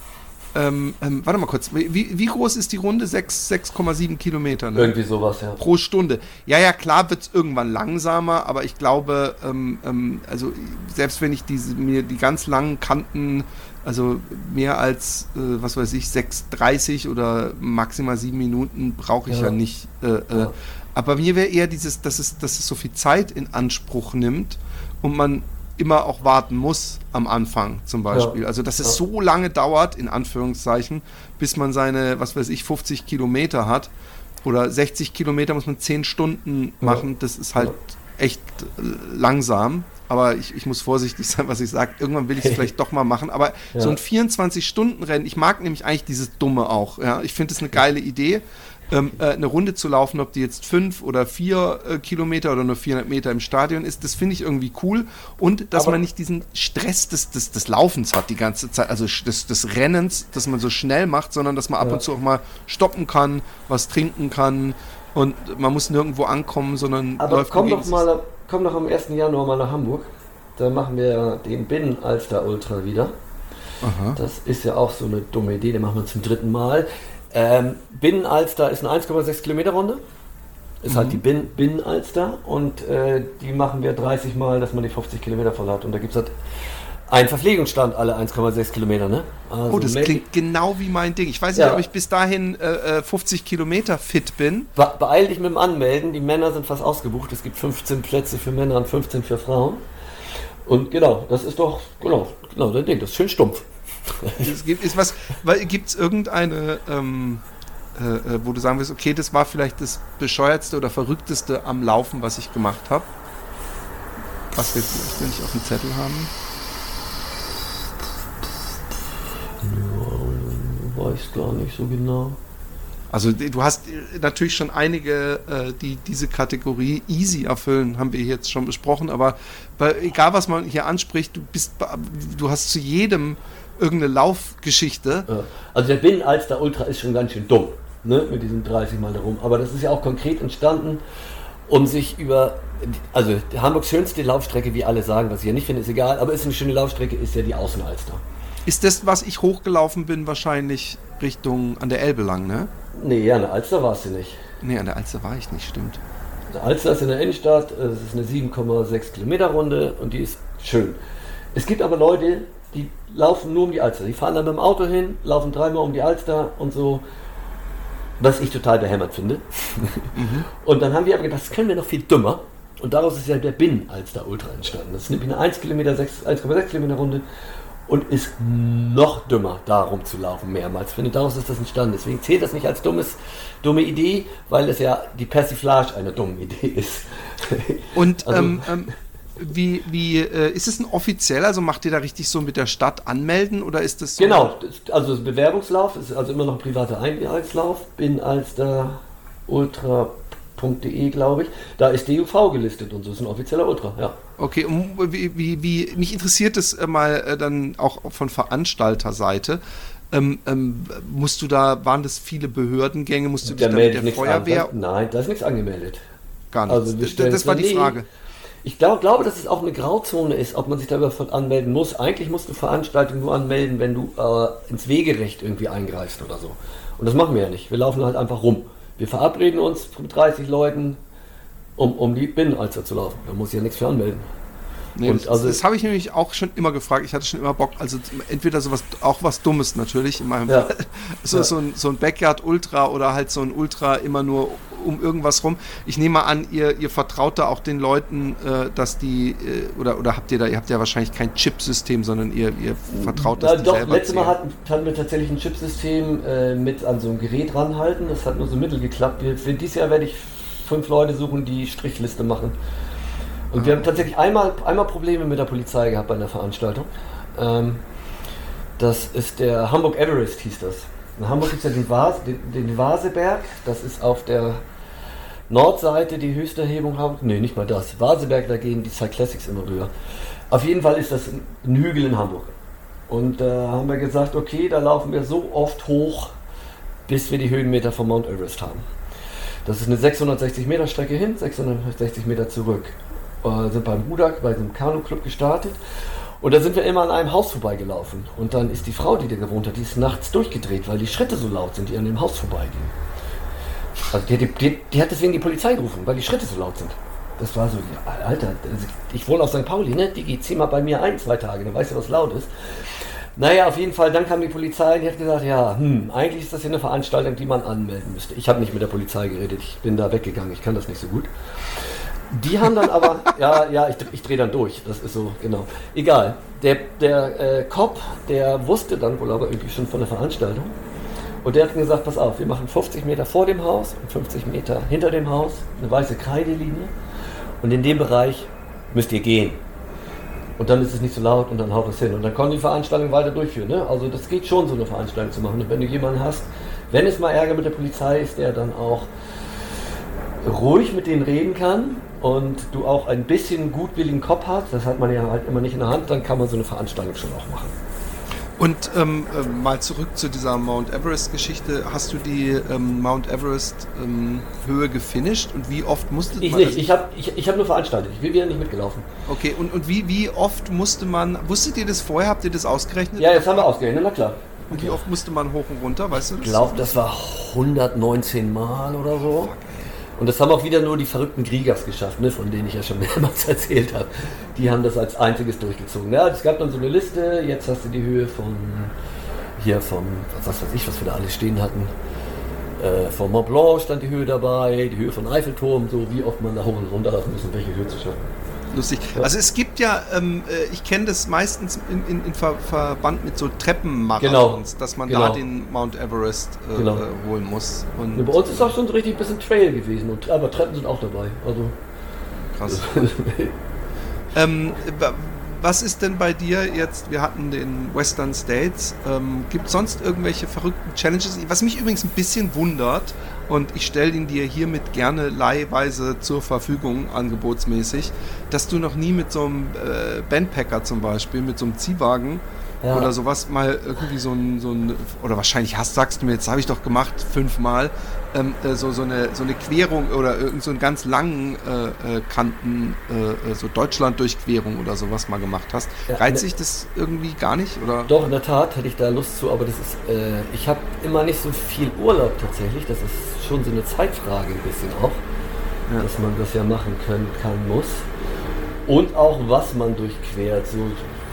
Ähm, ähm, warte mal kurz, wie, wie groß ist die Runde? sechs Komma sieben Kilometer, ne? Irgendwie sowas, ja. Pro Stunde. Ja, ja, klar wird es irgendwann langsamer, aber ich glaube, ähm, ähm, also selbst wenn ich diese, mir die ganz langen Kanten, also mehr als, äh, was weiß ich, sechs dreißig oder maximal sieben Minuten brauche ich ja, ja nicht. Äh, äh, ja. Aber mir wäre eher dieses, dass es, dass es so viel Zeit in Anspruch nimmt und man immer auch warten muss am Anfang zum Beispiel. Ja. Also dass es ja. so lange dauert, in Anführungszeichen, bis man seine, was weiß ich, fünfzig Kilometer hat oder sechzig Kilometer muss man zehn Stunden machen. Ja. Das ist halt ja. echt langsam. aber ich, ich muss vorsichtig sein, was ich sage. Irgendwann will ich es vielleicht doch mal machen. Aber ja. so ein vierundzwanzig-Stunden-Rennen, ich mag nämlich eigentlich dieses Dumme auch. Ja? Ich finde es eine geile Idee, ähm, äh, eine Runde zu laufen, ob die jetzt fünf oder vier äh, Kilometer oder nur vierhundert Meter im Stadion ist. Das finde ich irgendwie cool. Und dass aber man nicht diesen Stress des, des, des Laufens hat die ganze Zeit, also des, des Rennens, dass man so schnell macht, sondern dass man ab ja. und zu auch mal stoppen kann, was trinken kann. Und man muss nirgendwo ankommen, sondern aber läuft komm doch mal, komm doch am ersten Januar mal nach Hamburg. Da machen wir den Binnen-Alster Ultra wieder. Aha. Das ist ja auch so eine dumme Idee, den machen wir zum dritten Mal. Ähm, Binnen-Alster ist eine eins Komma sechs Kilometer Runde. Ist mhm. halt die Bin- Binnen-Alster und äh, die machen wir dreißig Mal, dass man die fünfzig Kilometer voll hat. Und da gibt es halt einen Verpflegungsstand alle eins Komma sechs Kilometer, ne? Also oh, das klingt genau wie mein Ding. Ich weiß nicht, ja. ob ich bis dahin äh, fünfzig Kilometer fit bin. Be- beeil dich mit dem Anmelden. Die Männer sind fast ausgebucht. Es gibt fünfzehn Plätze für Männer und fünfzehn für Frauen. Und genau, das ist doch, genau, genau das Ding. Das ist schön stumpf. Es gibt ist was, weil gibt's irgendeine, ähm, äh, wo du sagen wirst, okay, das war vielleicht das bescheuertste oder verrückteste am Laufen, was ich gemacht habe. Was wir vielleicht nicht auf dem Zettel haben. Ja, weiß gar nicht so genau. Also du hast natürlich schon einige, äh, die diese Kategorie easy erfüllen, haben wir jetzt schon besprochen, aber bei, egal was man hier anspricht, du bist, du hast zu jedem irgendeine Laufgeschichte. Ja. Also der Binnen-Alster Ultra ist schon ganz schön dumm, ne, mit diesem dreißig Mal darum, aber das ist ja auch konkret entstanden, um sich über, also Hamburgs schönste Laufstrecke, wie alle sagen, was ich ja nicht finde, ist egal, aber ist eine schöne Laufstrecke, ist ja die Außenalster. Ist das, was ich hochgelaufen bin, wahrscheinlich Richtung an der Elbe lang, ne? Nee, an der Alster warst du nicht. Nee, an der Alster war ich nicht, stimmt. Der Alster ist in der Innenstadt, es ist eine sieben Komma sechs Kilometer Runde und die ist schön. Es gibt aber Leute, die laufen nur um die Alster. Die fahren dann mit dem Auto hin, laufen dreimal um die Alster und so, was ich total behämmert finde. Mhm. Und dann haben wir aber gedacht, das können wir noch viel dümmer. Und daraus ist ja der Binnen-Alster Ultra entstanden. Das ist nämlich eine eins Komma sechs Kilometer Runde. Und ist noch dümmer, darum zu laufen, mehrmals. Ich finde, daraus ist das entstanden. Deswegen zählt das nicht als dummes, dumme Idee, weil es ja die Persiflage einer dummen Idee ist. Und also, ähm, ähm, wie, wie äh, ist es ein offizieller, also macht ihr da richtig so mit der Stadt anmelden oder ist das so? Genau, also das Bewerbungslauf ist also immer noch ein privater Einjahreslauf, Binnen-Alster Ultra punkt de, glaube ich. Da ist D U V gelistet und so ist ein offizieller Ultra, ja. Okay, und wie, wie, wie, mich interessiert das mal äh, dann auch von Veranstalterseite. Ähm, ähm, musst du da, waren das viele Behördengänge, musst du dich da mit der Feuerwehr? An. Nein, da ist nichts angemeldet. Gar nichts. Also das, das war die nee, Frage. Ich glaub, glaube, dass es auch eine Grauzone ist, ob man sich da überhaupt anmelden muss. Eigentlich musst du Veranstaltungen nur anmelden, wenn du äh, ins Wegerecht irgendwie eingreifst oder so. Und das machen wir ja nicht. Wir laufen halt einfach rum. Wir verabreden uns mit dreißig Leuten, um, um die Binnenalster zu laufen. Da muss ich ja nichts für anmelden. Nee, und das also, das habe ich nämlich auch schon immer gefragt. Ich hatte schon immer Bock, also entweder sowas, auch was Dummes natürlich in meinem ja. Fall. So, ja. so, ein, so ein Backyard-Ultra oder halt so ein Ultra immer nur um irgendwas rum. Ich nehme mal an, ihr, ihr vertraut da auch den Leuten, äh, dass die, äh, oder, oder habt ihr da, ihr habt ja wahrscheinlich kein Chipsystem, sondern ihr, ihr vertraut, dass ja, die doch, selber letztes Mal hatten, hatten wir tatsächlich ein Chipsystem äh, mit an so einem Gerät ranhalten. Das hat nur so mittel geklappt. Wir, für dieses Jahr werde ich fünf Leute suchen, die Strichliste machen. Und ah. wir haben tatsächlich einmal, einmal Probleme mit der Polizei gehabt bei einer Veranstaltung. Ähm, das ist der Hamburg Everest, hieß das. In Hamburg gibt es ja den, Vas, den, den Vaseberg, das ist auf der Nordseite die höchste Erhebung haben. Ne, nicht mal das. Vaseberg, da gehen die Cyclassics immer rüber. Auf jeden Fall ist das ein Hügel in Hamburg. Und da äh, haben wir gesagt, okay, da laufen wir so oft hoch, bis wir die Höhenmeter vom Mount Everest haben. Das ist eine sechshundertsechzig Meter Strecke hin, sechshundertsechzig Meter zurück. Wir sind beim Ruder, bei einem Kanu-Club gestartet. Und da sind wir immer an einem Haus vorbeigelaufen. Und dann ist die Frau, die da gewohnt hat, die ist nachts durchgedreht, weil die Schritte so laut sind, die an dem Haus vorbeigehen. Also die, die, die, die hat deswegen die Polizei gerufen, weil die Schritte so laut sind. Das war so, ja, Alter, ich wohne auf Sankt Pauli, ne? Digi, zieh mal bei mir ein, zwei Tage, dann weißt du, was laut ist. Naja, auf jeden Fall, dann kam die Polizei, die hat gesagt, ja, hm, eigentlich ist das hier eine Veranstaltung, die man anmelden müsste. Ich habe nicht mit der Polizei geredet, ich bin da weggegangen, ich kann das nicht so gut. Die haben dann aber, ja, ja, ich, ich drehe dann durch, das ist so, genau. Egal, der, der äh, Cop, der wusste dann wohl aber irgendwie schon von der Veranstaltung. Und der hat gesagt, pass auf, wir machen fünfzig Meter vor dem Haus und fünfzig Meter hinter dem Haus, eine weiße Kreidelinie. Und in dem Bereich müsst ihr gehen. Und dann ist es nicht so laut und dann haut es hin. Und dann können die Veranstaltung weiter durchführen. Ne? Also das geht schon, so eine Veranstaltung zu machen. Und wenn du jemanden hast, wenn es mal Ärger mit der Polizei ist, der dann auch ruhig mit denen reden kann und du auch ein bisschen gutwilligen Kopf hast, das hat man ja halt immer nicht in der Hand, dann kann man so eine Veranstaltung schon auch machen. Und ähm, äh, mal zurück zu dieser Mount Everest-Geschichte. Hast du die ähm, Mount Everest-Höhe ähm, gefinisht und wie oft musste ich man... Nicht. Ich habe ich, ich hab nur veranstaltet, ich bin wieder nicht mitgelaufen. Okay, und, und wie, wie oft musste man... Wusstet ihr das vorher? Habt ihr das ausgerechnet? Ja, jetzt haben wir ausgerechnet, na klar. Und wie oft musste man hoch und runter, weißt du das? Ich glaube, das war hundertneunzehn Mal oder so. Und das haben auch wieder nur die verrückten Kriegers geschafft, ne, von denen ich ja schon mehrmals erzählt habe. Die haben das als einziges durchgezogen. Ja, es gab dann so eine Liste, jetzt hast du die Höhe von, hier vom, was weiß ich, was wir da alles stehen hatten. Äh, vom Mont Blanc stand die Höhe dabei, die Höhe von Eiffelturm, so wie oft man da hoch und runter lassen muss, um welche Höhe zu schaffen. Lustig. Ja. Also es gibt ja, ähm, ich kenne das meistens in, in, in Ver Verband mit so Treppenmarathons, genau. dass man genau. da den Mount Everest äh, genau. äh, holen muss. Und ja, bei uns ist auch schon so richtig ein bisschen Trail gewesen, und, aber Treppen sind auch dabei. Also krass. ähm, was ist denn bei dir jetzt, wir hatten den Western States, ähm, gibt es sonst irgendwelche verrückten Challenges? Was mich übrigens ein bisschen wundert, und ich stelle ihn dir hiermit gerne leihweise zur Verfügung, angebotsmäßig, dass du noch nie mit so einem äh, Bandpacker zum Beispiel, mit so einem Ziehwagen ja. oder sowas mal irgendwie so ein, so ein, oder wahrscheinlich hast, sagst du mir, jetzt habe ich doch gemacht, fünfmal, ähm, äh, so, so, eine, so eine Querung oder irgend so einen ganz langen äh, Kanten, äh, so Deutschland-Durchquerung oder sowas mal gemacht hast. Ja, reizt sich das irgendwie gar nicht? Oder? Doch, in der Tat hätte ich da Lust zu, aber das ist, äh, ich habe immer nicht so viel Urlaub tatsächlich, das ist schon so eine Zeitfrage ein bisschen auch, ja. dass man das ja machen können, kann, muss. Und auch was man durchquert, so,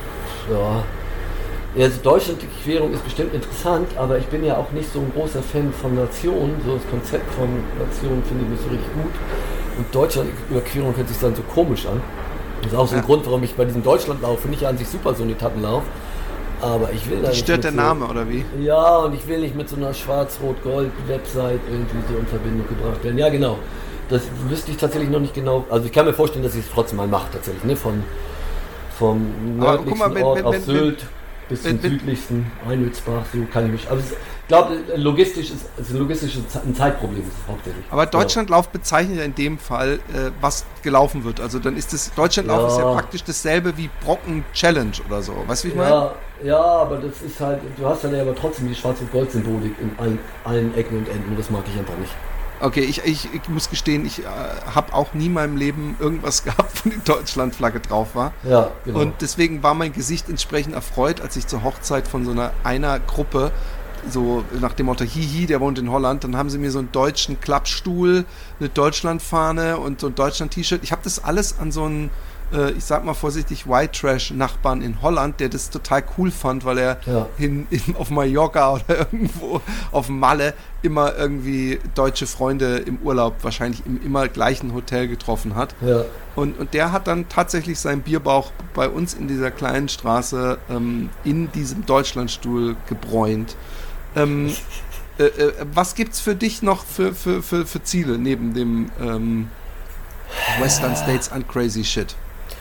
ja. Also Deutschland-Querung ist bestimmt interessant, aber ich bin ja auch nicht so ein großer Fan von Nationen. So das Konzept von Nationen finde ich nicht so richtig gut. Und Deutschland-Überquerung hört sich dann so komisch an. Das ist auch so ein ja. Grund, warum ich bei diesem Deutschlandlauf, finde ich ja an sich super, so einen Etappenlauf. Aber ich will da nicht. Stört der so, Name, oder wie? Ja, und ich will nicht mit so einer Schwarz-Rot-Gold-Website irgendwie so in Verbindung gebracht werden. Ja, genau. Das wüsste ich tatsächlich noch nicht genau. Also ich kann mir vorstellen, dass ich es trotzdem mal mache, tatsächlich. Ne? Von, vom nördlichsten mal, wenn, Ort wenn, auf wenn, Sylt bis zum südlichsten, Einödsbach, so kann ich mich. Aber es, ich glaube, logistisch ist, ist ein logistisches ein Zeitproblem ist es hauptsächlich. Aber Deutschlandlauf bezeichnet ja in dem Fall, äh, was gelaufen wird. Also dann ist das Deutschlandlauf ja. ist ja praktisch dasselbe wie Brocken Challenge oder so. Weißt du, wie ich ja, meine? Ja, aber das ist halt, du hast dann ja aber trotzdem die Schwarz- und Gold-Symbolik in allen, allen Ecken und Enden und das mag ich einfach nicht. Okay, ich, ich, ich muss gestehen, ich äh, habe auch nie in meinem Leben irgendwas gehabt, wo die Deutschlandflagge drauf war. Ja, genau. Und deswegen war mein Gesicht entsprechend erfreut, als ich zur Hochzeit von so einer einer Gruppe, so nach dem Motto, hihi, der wohnt in Holland, dann haben sie mir so einen deutschen Klappstuhl, eine Deutschlandfahne und so ein Deutschland-T-Shirt. Ich habe das alles an so einen, äh, ich sag mal vorsichtig, White-Trash-Nachbarn in Holland, der das total cool fand, weil er ja. in, in, auf Mallorca oder irgendwo auf Malle immer irgendwie deutsche Freunde im Urlaub wahrscheinlich im immer gleichen Hotel getroffen hat. Ja. Und, und der hat dann tatsächlich seinen Bierbauch bei uns in dieser kleinen Straße ähm, in diesem Deutschlandstuhl gebräunt. Ähm, äh, äh, was gibt's für dich noch für, für, für, für Ziele neben dem ähm, Western States and Crazy Shit?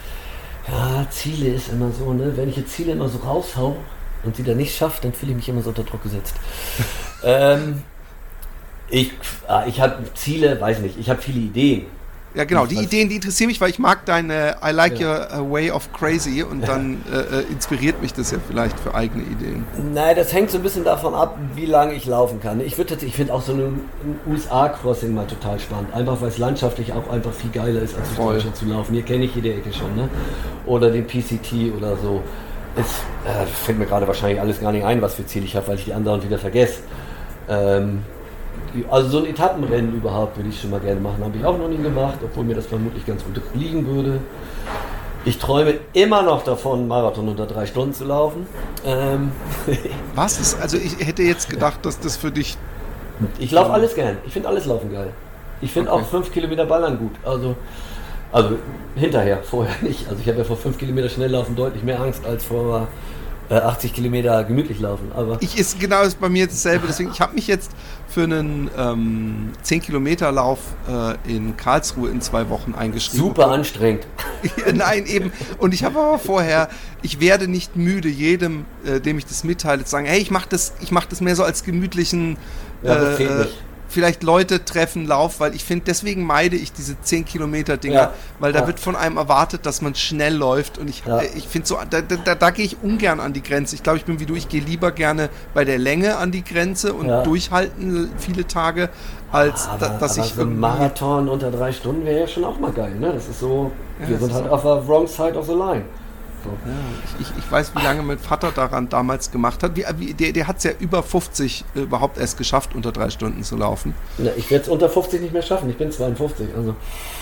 Ja, Ziele ist immer so, ne? Wenn ich jetzt Ziele immer so raushau und sie dann nicht schaffe, dann fühle ich mich immer so unter Druck gesetzt. ähm, ich ich habe Ziele, weiß nicht, ich habe viele Ideen. Ja, genau, die Ideen, die interessieren mich, weil ich mag deine I like ja. your way of crazy und dann äh, inspiriert mich das ja vielleicht für eigene Ideen. Nein, das hängt so ein bisschen davon ab, wie lange ich laufen kann. Ich würde ich finde auch so ein U S A-Crossing mal total spannend, einfach weil es landschaftlich auch einfach viel geiler ist, als durch Deutschland zu laufen. Hier kenne ich jede Ecke schon, ne? Oder den P C T oder so. Es äh, fällt mir gerade wahrscheinlich alles gar nicht ein, was für Ziele ich habe, weil ich die anderen wieder vergesse. Ähm, Also so ein Etappenrennen überhaupt würde ich schon mal gerne machen, habe ich auch noch nie gemacht, obwohl mir das vermutlich ganz gut liegen würde. Ich träume immer noch davon, einen Marathon unter drei Stunden zu laufen. Ähm Was ist, also ich hätte jetzt gedacht, dass das für dich... Ich laufe alles gern, ich finde alles Laufen geil. Ich finde okay. auch fünf Kilometer Ballern gut, also, also hinterher, vorher nicht. Also ich habe ja vor fünf Kilometer Schnelllaufen deutlich mehr Angst als vor äh, achtzig Kilometer gemütlich laufen. Aber ich ist genau ist bei mir dasselbe. Deswegen, ich habe mich jetzt für einen ähm, zehn Kilometer Lauf äh, in Karlsruhe in zwei Wochen eingeschrieben. Super anstrengend. Nein, eben. Und ich habe aber vorher, ich werde nicht müde, jedem, äh, dem ich das mitteile, zu sagen, hey, ich mache das, ich mach das mehr so als gemütlichen ja, das äh, zählt nicht. vielleicht Leute treffen, Lauf, weil ich finde, deswegen meide ich diese zehn Kilometer Dinger, ja, weil da ja. wird von einem erwartet, dass man schnell läuft und ich, ja. äh, ich finde so, da, da, da gehe ich ungern an die Grenze. Ich glaube, ich bin wie du, ich gehe lieber gerne bei der Länge an die Grenze und ja. durchhalten viele Tage, als aber, da, dass aber ich so ein Marathon unter drei Stunden wäre ja schon auch mal geil, ne? Das ist so, ja, wir sind halt so auf der wrong side of the line. So. Ja, ich, ich, ich weiß, wie lange mein Vater daran damals gemacht hat. Wie, wie, der der hat es ja über fünfzig äh, überhaupt erst geschafft, unter drei Stunden zu laufen. Ja, ich werde es unter fünfzig nicht mehr schaffen. Ich bin zweiundfünfzig. Also.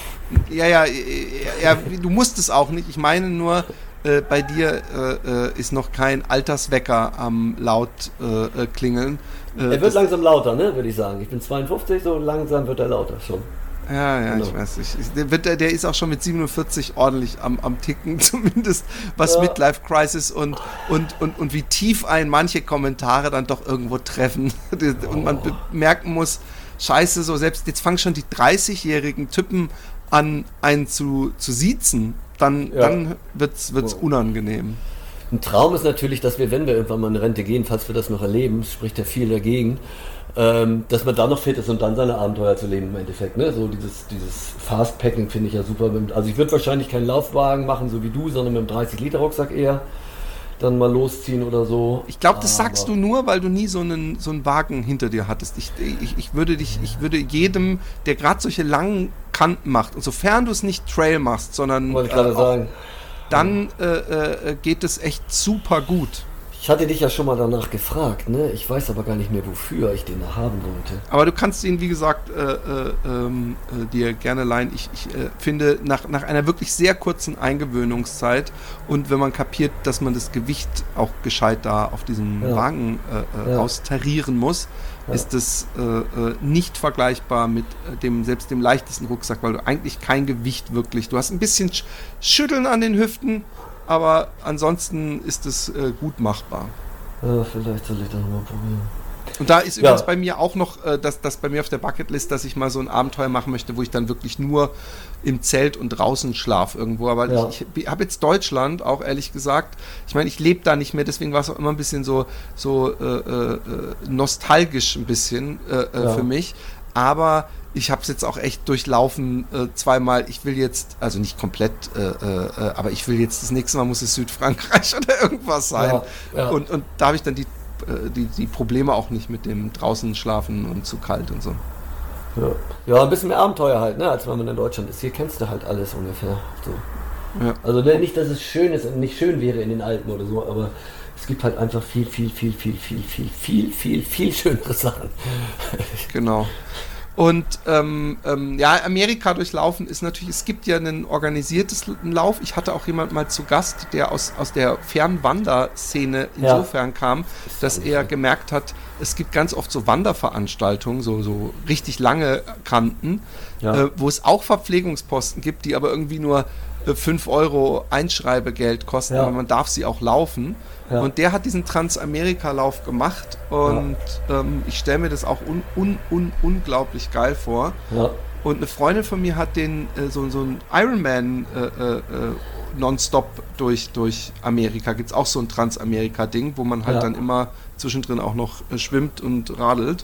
Ja, ja, ja, ja, du musst es auch nicht. Ich meine nur, äh, bei dir äh, ist noch kein Alterswecker am laut äh, klingeln. Äh, er wird langsam lauter, ne, würde ich sagen. Ich bin zweiundfünfzig, so langsam wird er lauter schon. Ja, ja, genau. Ich weiß nicht. Der, wird, der ist auch schon mit siebenundvierzig ordentlich am, am Ticken, zumindest was ja. Midlife Crisis und, und, und, und wie tief einen manche Kommentare dann doch irgendwo treffen. Und man merken muss, scheiße, so selbst jetzt fangen schon die dreißigjährigen Typen an, einen zu, zu siezen, dann, ja. dann wird's, wird's oh. unangenehm. Ein Traum ist natürlich, dass wir, wenn wir irgendwann mal in Rente gehen, falls wir das noch erleben, spricht ja viel dagegen, Ähm, dass man da noch fit ist und dann seine Abenteuer zu leben im Endeffekt. Ne? So dieses, dieses Fastpacking finde ich ja super. Also ich würde wahrscheinlich keinen Laufwagen machen, so wie du, sondern mit einem dreißig Liter Rucksack eher dann mal losziehen oder so. Ich glaube, das sagst du nur, weil du nie so einen, so einen Wagen hinter dir hattest. Ich, ich, ich würde dich, ich würde jedem, der gerade solche langen Kanten macht, und sofern du es nicht Trail machst, sondern wollte ich gerade äh, sagen. dann äh, äh, geht es echt super gut. Ich hatte dich ja schon mal danach gefragt, ne? Ich weiß aber gar nicht mehr, wofür ich den haben wollte. Aber du kannst ihn, wie gesagt, äh, äh, äh, dir gerne leihen. Ich, ich äh, finde, nach, nach einer wirklich sehr kurzen Eingewöhnungszeit und wenn man kapiert, dass man das Gewicht auch gescheit da auf diesem ja. Wagen äh, ja. austarieren muss, ja. ist das äh, äh, nicht vergleichbar mit dem selbst dem leichtesten Rucksack, weil du eigentlich kein Gewicht wirklich, du hast ein bisschen Sch- Schütteln an den Hüften, aber ansonsten ist es äh, gut machbar. Ja, vielleicht soll ich das mal probieren. Und da ist übrigens ja. bei mir auch noch, äh, dass das bei mir auf der Bucketlist, dass ich mal so ein Abenteuer machen möchte, wo ich dann wirklich nur im Zelt und draußen schlafe irgendwo. Aber ja. ich, ich habe jetzt Deutschland, auch ehrlich gesagt, ich meine, ich lebe da nicht mehr, deswegen war es auch immer ein bisschen so, so äh, äh, nostalgisch ein bisschen äh, ja. für mich. Aber ich habe es jetzt auch echt durchlaufen äh, zweimal. Ich will jetzt, also nicht komplett, äh, äh, aber ich will jetzt das nächste Mal muss es Südfrankreich oder irgendwas sein. Ja, ja. Und, und da habe ich dann die, äh, die, die Probleme auch nicht mit dem draußen schlafen und zu kalt und so. Ja, ja, ein bisschen mehr Abenteuer halt, ne, als wenn man in Deutschland ist. Hier kennst du halt alles ungefähr. So. Ja. Also ne, nicht, dass es schön ist und nicht schön wäre in den Alpen oder so, aber es gibt halt einfach viel, viel, viel, viel, viel, viel, viel, viel, viel schönere Sachen. Genau. Und ähm, ähm, ja, Amerika durchlaufen ist natürlich, es gibt ja ein organisiertes Lauf. Ich hatte auch jemand mal zu Gast, der aus, aus der Fernwanderszene insofern ja. kam, dass er gemerkt hat, es gibt ganz oft so Wanderveranstaltungen, so, so richtig lange Kanten, ja. äh, wo es auch Verpflegungsposten gibt, die aber irgendwie nur äh, fünf Euro Einschreibegeld kosten, ja. aber man darf sie auch laufen. Ja. Und der hat diesen Transamerika-Lauf gemacht und ja. ähm, ich stelle mir das auch un, un, un, unglaublich geil vor. Ja. Und eine Freundin von mir hat den äh, so, so einen Ironman äh, äh, nonstop durch, durch Amerika. Gibt es auch so ein Transamerika-Ding, wo man halt ja. dann immer zwischendrin auch noch äh, schwimmt und radelt.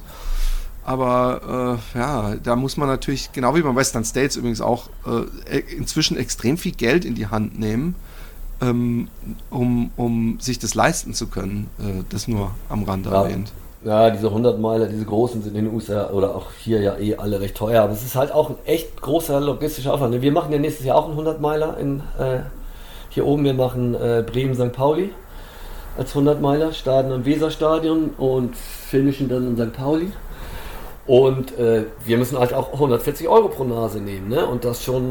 Aber äh, ja, da muss man natürlich, genau wie beim Western States übrigens auch, äh, inzwischen extrem viel Geld in die Hand nehmen. Ähm, um, um sich das leisten zu können, äh, das nur am Rande ja. erwähnt. Ja, diese hundert Meiler, diese großen sind in den U S A oder auch hier ja eh alle recht teuer, aber es ist halt auch ein echt großer logistischer Aufwand. Wir machen ja nächstes Jahr auch einen hundert Meiler in, äh, hier oben, wir machen äh, Bremen-Sankt Pauli als hundert Meiler, starten am Weserstadion und finishen dann in Sankt Pauli. Und äh, wir müssen halt auch hundertvierzig Euro pro Nase nehmen, ne? Und das schon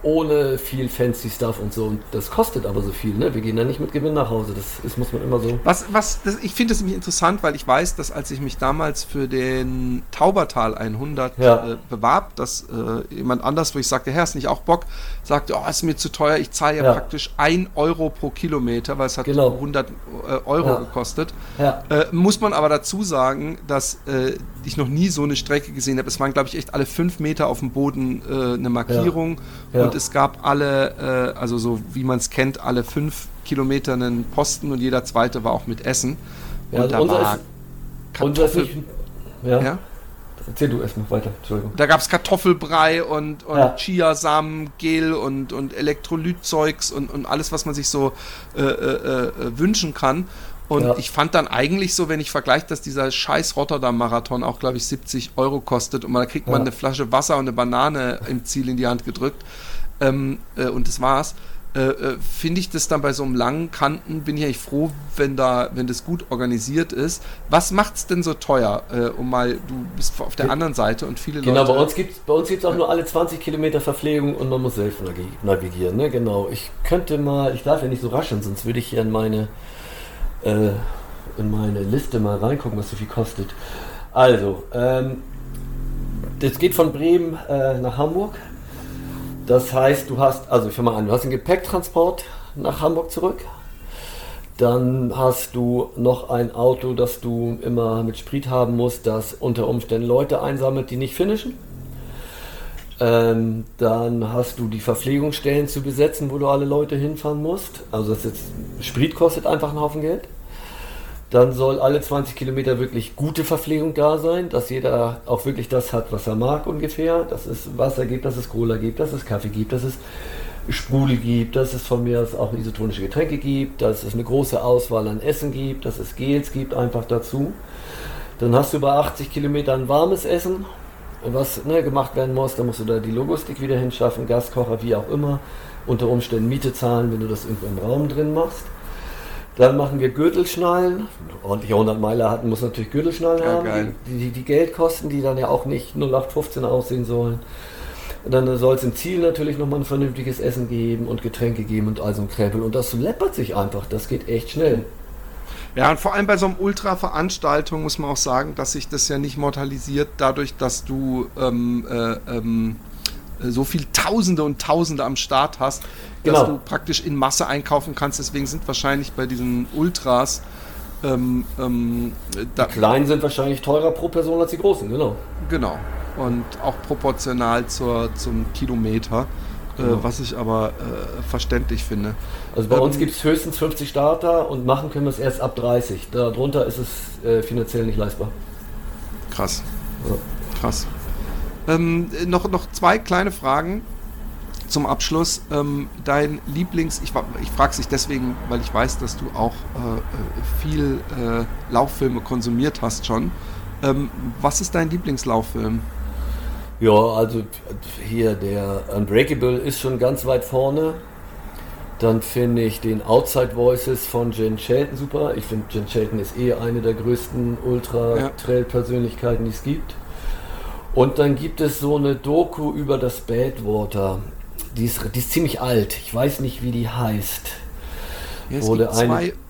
ohne viel fancy Stuff und so. Und das kostet aber so viel, ne? Wir gehen da nicht mit Gewinn nach Hause. Das ist, muss man immer so. Was, was, das, ich finde es nämlich interessant, weil ich weiß, dass als ich mich damals für den Taubertal hundert ja. äh, bewarb, dass äh, jemand anders, wo ich sagte, Herr, ist nicht auch Bock, sagte, oh, ist mir zu teuer, ich zahle ja, ja praktisch ein Euro pro Kilometer, weil es hat genau. hundert äh, Euro ja. gekostet. Ja. Äh, muss man aber dazu sagen, dass äh, ich noch nie so eine Strecke gesehen habe. Es waren, glaube ich, echt alle fünf Meter auf dem Boden äh, eine Markierung ja. Ja. und es gab alle, äh, also so wie man es kennt, alle fünf Kilometer einen Posten und jeder zweite war auch mit Essen. Und ja, also da war Kartoffel... Ja. ja? Erzähl du erstmal weiter, Entschuldigung. Da gab es Kartoffelbrei und, und ja. Chiasamen, Gel und, und Elektrolytzeugs und, und alles, was man sich so äh, äh, wünschen kann. Und ja. ich fand dann eigentlich so, wenn ich vergleiche, dass dieser scheiß Rotterdam-Marathon auch, glaube ich, siebzig Euro kostet und da kriegt man ja. eine Flasche Wasser und eine Banane im Ziel in die Hand gedrückt ähm, äh, und das war's. Äh, äh, finde ich das dann bei so einem langen Kanten, bin ich eigentlich froh, wenn da, wenn das gut organisiert ist. Was macht's denn so teuer? Äh, um mal, du bist auf der anderen Seite und viele genau, Leute... Genau, bei uns gibt es bei uns gibt's auch nur alle zwanzig Kilometer Verpflegung und man muss selbst navigieren, ne? Genau. Ich könnte mal, ich darf ja nicht so rascheln, sonst würde ich hier in meine, äh, in meine Liste mal reingucken, was so viel kostet. Also, ähm, das geht von Bremen äh, nach Hamburg. Das heißt, du hast, also ich fange mal an, du hast einen Gepäcktransport nach Hamburg zurück. Dann hast du noch ein Auto, das du immer mit Sprit haben musst, das unter Umständen Leute einsammelt, die nicht finishen. Ähm, dann hast du die Verpflegungsstellen zu besetzen, wo du alle Leute hinfahren musst. Also das jetzt, Sprit kostet einfach einen Haufen Geld. Dann soll alle zwanzig Kilometer wirklich gute Verpflegung da sein, dass jeder auch wirklich das hat, was er mag ungefähr. Dass es Wasser gibt, dass es Cola gibt, dass es Kaffee gibt, dass es Sprudel gibt, dass es von mir aus auch isotonische Getränke gibt, dass es eine große Auswahl an Essen gibt, dass es Gels gibt einfach dazu. Dann hast du bei achtzig Kilometern warmes Essen, was ne, gemacht werden muss. Dann musst du da die Logistik wieder hinschaffen, Gaskocher, wie auch immer. Unter Umständen Miete zahlen, wenn du das irgendwo im Raum drin machst. Dann machen wir Gürtelschnallen. Ordentliche hundert-Meiler hatten, muss natürlich Gürtelschnallen ja, haben, geil. Die, die, die Geld kosten, die dann ja auch nicht null acht fünfzehn aussehen sollen. Und dann soll es im Ziel natürlich nochmal ein vernünftiges Essen geben und Getränke geben und all so ein Krempel. Und das läppert sich einfach, das geht echt schnell. Ja, und vor allem bei so einem Ultra-Veranstaltung muss man auch sagen, dass sich das ja nicht mortalisiert, dadurch, dass du ähm, äh, ähm, so viel Tausende und Tausende am Start hast, dass genau. du praktisch in Masse einkaufen kannst. Deswegen sind wahrscheinlich bei diesen Ultras ähm, ähm, da die kleinen sind wahrscheinlich teurer pro Person als die großen, genau. Genau. Und auch proportional zur, zum Kilometer, genau. äh, was ich aber äh, verständlich finde. Also bei ähm, uns gibt es höchstens fünfzig Starter und machen können wir es erst ab dreißig. Darunter ist es äh, finanziell nicht leistbar. Krass. Ja. Krass. Ähm, noch, noch zwei kleine Fragen zum Abschluss. Ähm, dein Lieblings, ich, ich frage dich deswegen, weil ich weiß, dass du auch äh, viel äh, Lauffilme konsumiert hast schon. Ähm, was ist dein Lieblingslauffilm? Ja, also hier der Unbreakable ist schon ganz weit vorne. Dann finde ich den Outside Voices von Jen Shelton super. Ich finde, Jen Shelton ist eh eine der größten Ultra-Trail-Persönlichkeiten, die es gibt. Und dann gibt es so eine Doku über das Badwater. Die ist, die ist ziemlich alt. Ich weiß nicht, wie die heißt. Ja, es gibt zwei, äh,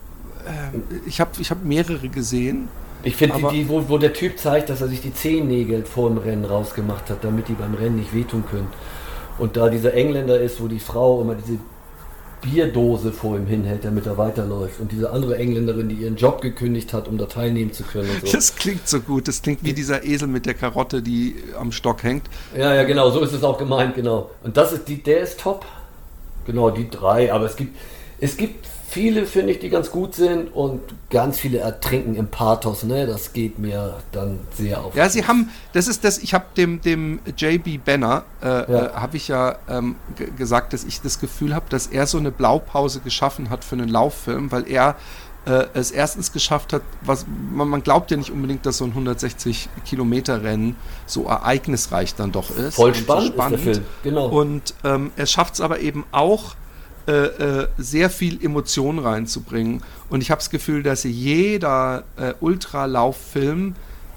ich habe ich hab mehrere gesehen. Ich finde die, die wo, wo der Typ zeigt, dass er sich die Zehennägel vor dem Rennen rausgemacht hat, damit die beim Rennen nicht wehtun können. Und da dieser Engländer ist, wo die Frau immer diese Bierdose vor ihm hinhält, damit er weiterläuft. Und diese andere Engländerin, die ihren Job gekündigt hat, um da teilnehmen zu können. Und so. Das klingt so gut. Das klingt wie dieser Esel mit der Karotte, die am Stock hängt. Ja, ja, genau. So ist es auch gemeint, genau. Und das ist die, der ist top. Genau, die drei. Aber es gibt, es gibt viele, finde ich, die ganz gut sind und ganz viele ertrinken im Pathos, ne? Das geht mir dann sehr auf. Ja, sie haben, das ist das, ich habe dem, dem J B Benner, äh, ja. äh, habe ich ja ähm, g- gesagt, dass ich das Gefühl habe, dass er so eine Blaupause geschaffen hat für einen Lauffilm, weil er äh, es erstens geschafft hat, was man, man glaubt ja nicht unbedingt, dass so ein hundertsechzig Kilometer Rennen so ereignisreich dann doch ist. Voll spannend, so spannend ist der Film, genau. Und ähm, er schafft es aber eben auch, Äh, äh, sehr viel Emotion reinzubringen. Und ich habe das Gefühl, dass jeder äh, Ultralauffilm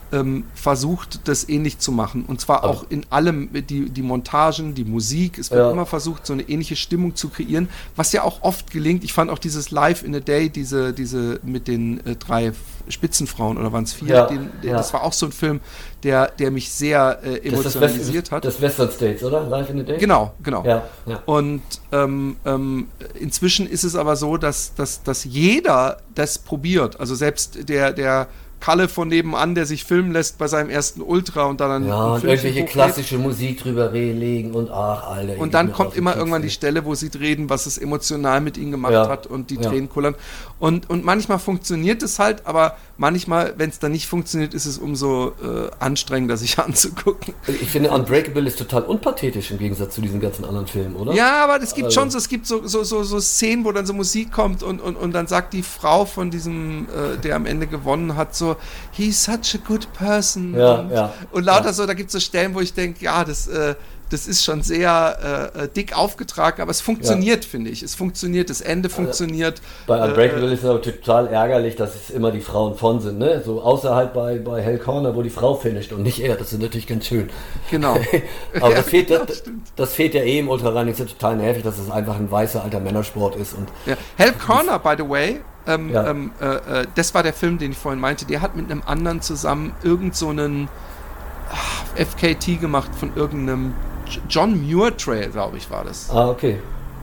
ähm, versucht, das ähnlich zu machen. Und zwar auch in allem, die, die Montagen, die Musik. Es wird ja. immer versucht, so eine ähnliche Stimmung zu kreieren, was ja auch oft gelingt. Ich fand auch dieses Live in a Day, diese, diese mit den äh, drei Spitzenfrauen, oder waren es vier? Ja, den, der, ja. Das war auch so ein Film, der, der mich sehr äh, emotionalisiert das hat. Das Western States, oder? Live in a Day? Genau, genau. Ja, ja. Und ähm, ähm, inzwischen ist es aber so, dass, dass, dass jeder das probiert. Also selbst der, der Kalle von nebenan, der sich filmen lässt bei seinem ersten Ultra und dann ja, und irgendwelche klassische Musik drüber legen und ach, Alter. Und dann kommt immer irgendwann die Stelle, wo sie reden, was es emotional mit ihnen gemacht ja. hat und die ja. Tränen kullern. Und, und manchmal funktioniert es halt, aber manchmal, wenn es dann nicht funktioniert, ist es umso äh, anstrengender, sich anzugucken. Ich finde, Unbreakable ist total unpathetisch im Gegensatz zu diesen ganzen anderen Filmen, oder? Ja, aber es gibt also. schon so, es gibt so, so, so, so Szenen, wo dann so Musik kommt und, und, und dann sagt die Frau von diesem, äh, der am Ende gewonnen hat, so, he's such a good person. Ja, und, ja, und lauter ja. so, da gibt es so Stellen, wo ich denke, ja, das, äh, das ist schon sehr äh, dick aufgetragen, aber es funktioniert, ja. finde ich. Es funktioniert, das Ende funktioniert. Bei Unbreakable äh, ist es aber total ärgerlich, dass es immer die Frauen von sind, ne? So außer halt bei, bei Hell Corner, wo die Frau finisht und nicht er. Das ist natürlich ganz schön. Genau. aber ja, das, fehlt, genau, das, das fehlt ja eh im Ultrarunning. Das ist ja total nervig, dass es einfach ein weißer alter Männersport ist. Und ja. Hell Corner, by the way, ähm, ja. ähm, äh, äh, das war der Film, den ich vorhin meinte, der hat mit einem anderen zusammen irgend so einen ach, F K T gemacht von irgendeinem John Muir Trail, glaube ich, war das. Ah, okay.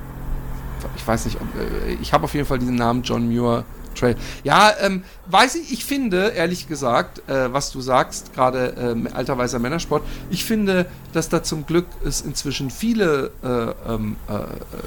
Ich weiß nicht, ob, äh, ich habe auf jeden Fall diesen Namen John Muir Trail. Ja, ähm, weiß ich, ich finde, ehrlich gesagt, äh, was du sagst, gerade ähm, alter weißer Männersport, ich finde, dass da zum Glück es inzwischen viele äh, ähm, äh,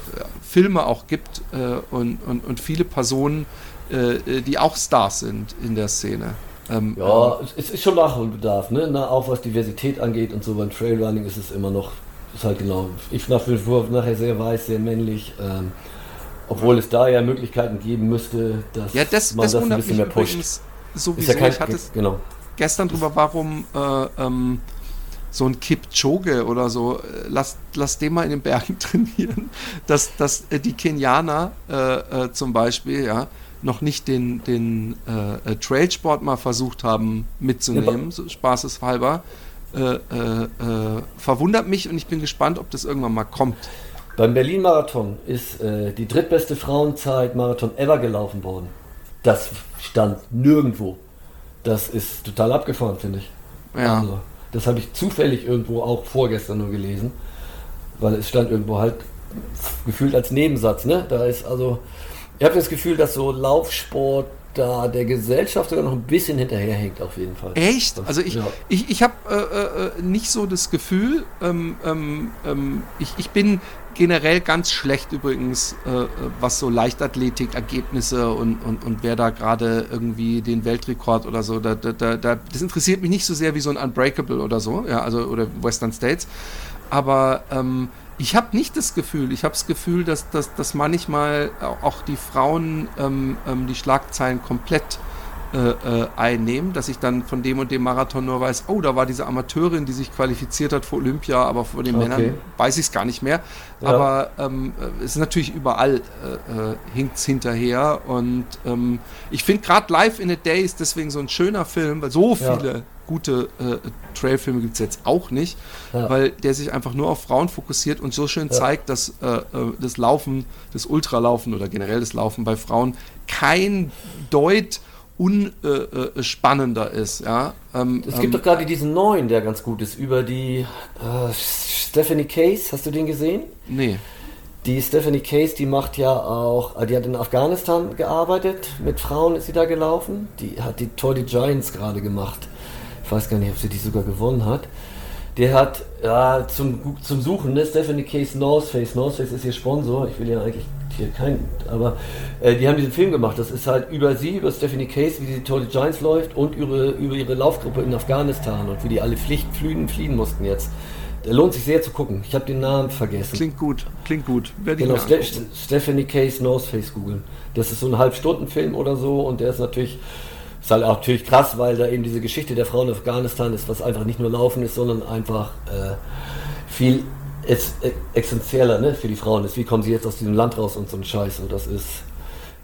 Filme auch gibt äh, und, und, und viele Personen, äh, die auch Stars sind in der Szene. Ähm, ja, ähm, es ist schon Nachholbedarf, ne? Na, auch was Diversität angeht und so. Beim Trailrunning ist es immer noch, ist halt genau, ich nach dem Wurf nachher sehr weiß, sehr männlich, ähm, obwohl es da ja Möglichkeiten geben müsste, dass ja, das, man das, das ein bisschen mehr pusht. Sowieso, ist ja kein, ich hatte es genau. gestern drüber, warum äh, ähm, so ein Kipchoge oder so, äh, lass, lass den mal in den Bergen trainieren, dass, dass äh, die Kenianer äh, äh, zum Beispiel, ja, noch nicht den, den äh, Trailsport mal versucht haben mitzunehmen, ja, so spaßeshalber, äh, äh, äh, verwundert mich und ich bin gespannt, ob das irgendwann mal kommt. Beim Berlin-Marathon ist äh, die drittbeste Frauenzeit Marathon ever gelaufen worden. Das stand nirgendwo. Das ist total abgefahren, finde ich. Ja. Also, das habe ich zufällig irgendwo auch vorgestern nur gelesen, weil es stand irgendwo halt gefühlt als Nebensatz, ne? Da ist also, ich habe das Gefühl, dass so Laufsport da der Gesellschaft sogar noch ein bisschen hinterherhängt, auf jeden Fall. Echt? Also ich, ja. ich, ich habe äh, äh, nicht so das Gefühl, ähm, ähm, ich, ich bin generell ganz schlecht übrigens, äh, was so Leichtathletik-Ergebnisse und, und, und wer da gerade irgendwie den Weltrekord oder so, da, da, da, das interessiert mich nicht so sehr wie so ein Unbreakable oder so, ja, also oder Western States, aber ähm, ich habe nicht das Gefühl, ich habe das Gefühl, dass, dass, dass manchmal auch die Frauen ähm, ähm, die Schlagzeilen komplett äh, äh, einnehmen, dass ich dann von dem und dem Marathon nur weiß, oh, da war diese Amateurin, die sich qualifiziert hat für Olympia, aber vor den okay. Männern weiß ich es gar nicht mehr. Ja. Aber ähm, es ist natürlich überall, äh, äh, hinkt es hinterher und ähm, ich finde gerade Live in a Day ist deswegen so ein schöner Film, weil so viele ja. gute äh, Trailfilme gibt es jetzt auch nicht, ja. weil der sich einfach nur auf Frauen fokussiert und so schön ja. zeigt, dass äh, das Laufen, das Ultralaufen oder generell das Laufen bei Frauen kein Deut unspannender äh, ist. Ja? Ähm, es gibt ähm, doch gerade diesen neuen, der ganz gut ist, über die äh, Stephanie Case, hast du den gesehen? Nee. Die Stephanie Case, die macht ja auch, die hat in Afghanistan gearbeitet, mit Frauen ist sie da gelaufen, die hat die Tour de Giants gerade gemacht. Ich weiß gar nicht, ob sie die sogar gewonnen hat. Der hat ja, zum, zum Suchen, ne, Stephanie Case North Face. North Face ist ihr Sponsor. Ich will ja eigentlich hier keinen, aber äh, die haben diesen Film gemacht. Das ist halt über sie, über Stephanie Case, wie die Tour de Giants läuft und über, über ihre Laufgruppe in Afghanistan und wie die alle Pflicht fliehen, fliehen mussten jetzt. Der lohnt sich sehr zu gucken. Ich habe den Namen vergessen. Klingt gut, klingt gut. Werde genau, Ste- Stephanie Case North Face googeln. Das ist so ein Halbstunden-Film oder so und der ist natürlich Ist halt auch natürlich krass, weil da eben diese Geschichte der Frauen in Afghanistan ist, was einfach nicht nur Laufen ist, sondern einfach äh, viel es, äh, essentieller, ne, für die Frauen ist. Wie kommen sie jetzt aus diesem Land raus und so ein Scheiß. Und das ist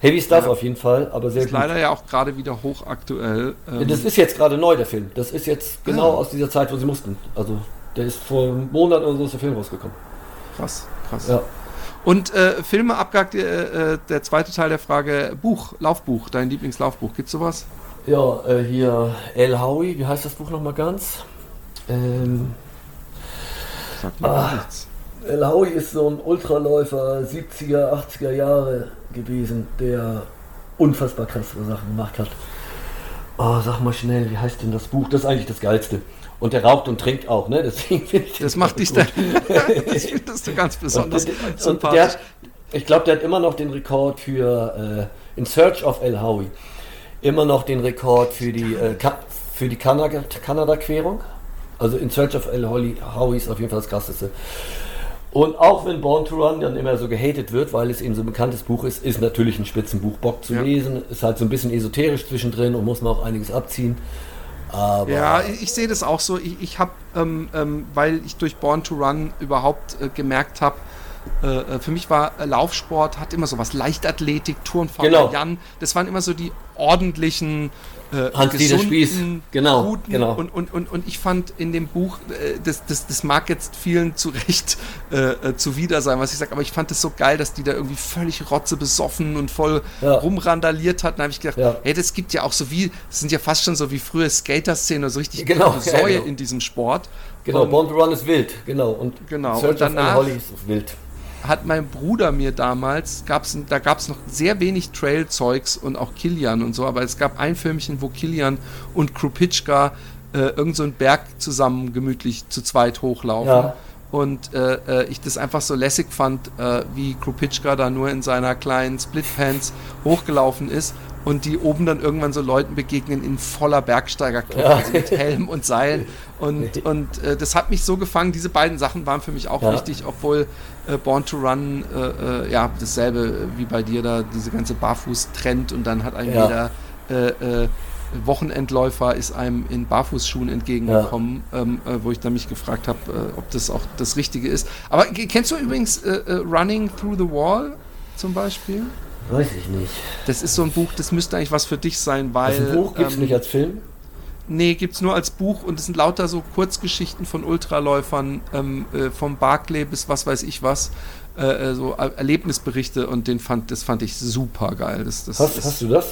Heavy Stuff ja. auf jeden Fall, aber sehr ist gut. Leider ja auch gerade wieder hochaktuell. Ähm ja, das ist jetzt gerade neu, der Film. Das ist jetzt genau ja. aus dieser Zeit, wo sie mussten. Also der ist vor einem Monat oder so ist der Film rausgekommen. Krass, krass. Ja. Und äh, Filme abgehakt, äh, der zweite Teil der Frage, Buch, Laufbuch, dein Lieblingslaufbuch, gibt's sowas? Ja, äh, hier El Howie, wie heißt das Buch nochmal ganz? Ähm, Sagt mir ah, nichts. El Howie ist so ein Ultraläufer, siebziger, achtziger Jahre gewesen, der unfassbar krasse Sachen gemacht hat. Oh, sag mal schnell, wie heißt denn das Buch? Das ist eigentlich das Geilste. Und der raucht und trinkt auch, ne? Deswegen finde ich das macht dich da, das findest du ganz besonders und, und, und der hat, ich glaube, der hat immer noch den Rekord für äh, In Search of El Howie. Immer noch den Rekord für die äh, Ka- für die Kanada- Kanada-Querung. Also In Search of El Howie ist auf jeden Fall das krasseste. Und auch wenn Born to Run dann immer so gehatet wird, weil es eben so ein bekanntes Buch ist, ist natürlich ein Spitzenbuch, Bock zu ja. lesen. Ist halt so ein bisschen esoterisch zwischendrin und muss man auch einiges abziehen. Aber ja, ich, ich sehe das auch so. Ich, ich habe, ähm, ähm, weil ich durch Born to Run überhaupt äh, gemerkt habe, äh, für mich war äh, Laufsport, hat immer so was, Leichtathletik, Turnfahrer, genau. Jan, das waren immer so die ordentlichen, äh, Hans-Dieter Spieß, genau, guten, genau. Und, und, und, und ich fand in dem Buch, äh, das, das, das mag jetzt vielen zu Recht äh, äh, zuwider sein, was ich sage, aber ich fand es so geil, dass die da irgendwie völlig rotzebesoffen und voll ja. rumrandaliert hatten. Da habe ich gedacht, ja. hey, das gibt ja auch so wie, das sind ja fast schon so wie frühe Skater-Szenen, so richtig genau, Säue ja, genau. in diesem Sport. Genau, und, Born to Run ist wild, genau. Und genau. Search und danach of El Howie ist wild. Hat mein Bruder mir damals, gab's, da gab es noch sehr wenig Trail-Zeugs und auch Kilian und so, aber es gab ein Filmchen, wo Kilian und Krupitschka äh, irgend so einen Berg zusammen gemütlich zu zweit hochlaufen. Ja. Und äh, ich das einfach so lässig fand, äh, wie Krupitschka da nur in seiner kleinen Splitpants hochgelaufen ist und die oben dann irgendwann so Leuten begegnen in voller Bergsteigerkluft, ja. also mit Helm und Seilen. Und, und äh, das hat mich so gefangen. Diese beiden Sachen waren für mich auch ja. wichtig, obwohl äh, Born to Run, äh, äh, ja, dasselbe wie bei dir da, diese ganze Barfuß-Trend und dann hat einem ja. jeder äh, äh, Wochenendläufer ist einem in Barfußschuhen entgegengekommen, ja. ähm, äh, wo ich dann mich gefragt habe, äh, ob das auch das Richtige ist. Aber g- kennst du übrigens äh, äh, Running Through the Wall zum Beispiel? Weiß ich nicht. Das ist so ein Buch, das müsste eigentlich was für dich sein, weil... Das ist ein Buch, gibt es ähm, nicht als Film? Nee, gibt es nur als Buch und es sind lauter so Kurzgeschichten von Ultraläufern, ähm, äh, vom Barclay bis was weiß ich was, äh, so er- Erlebnisberichte und den fand, das fand ich super geil. Das, das, hast, das, hast du das?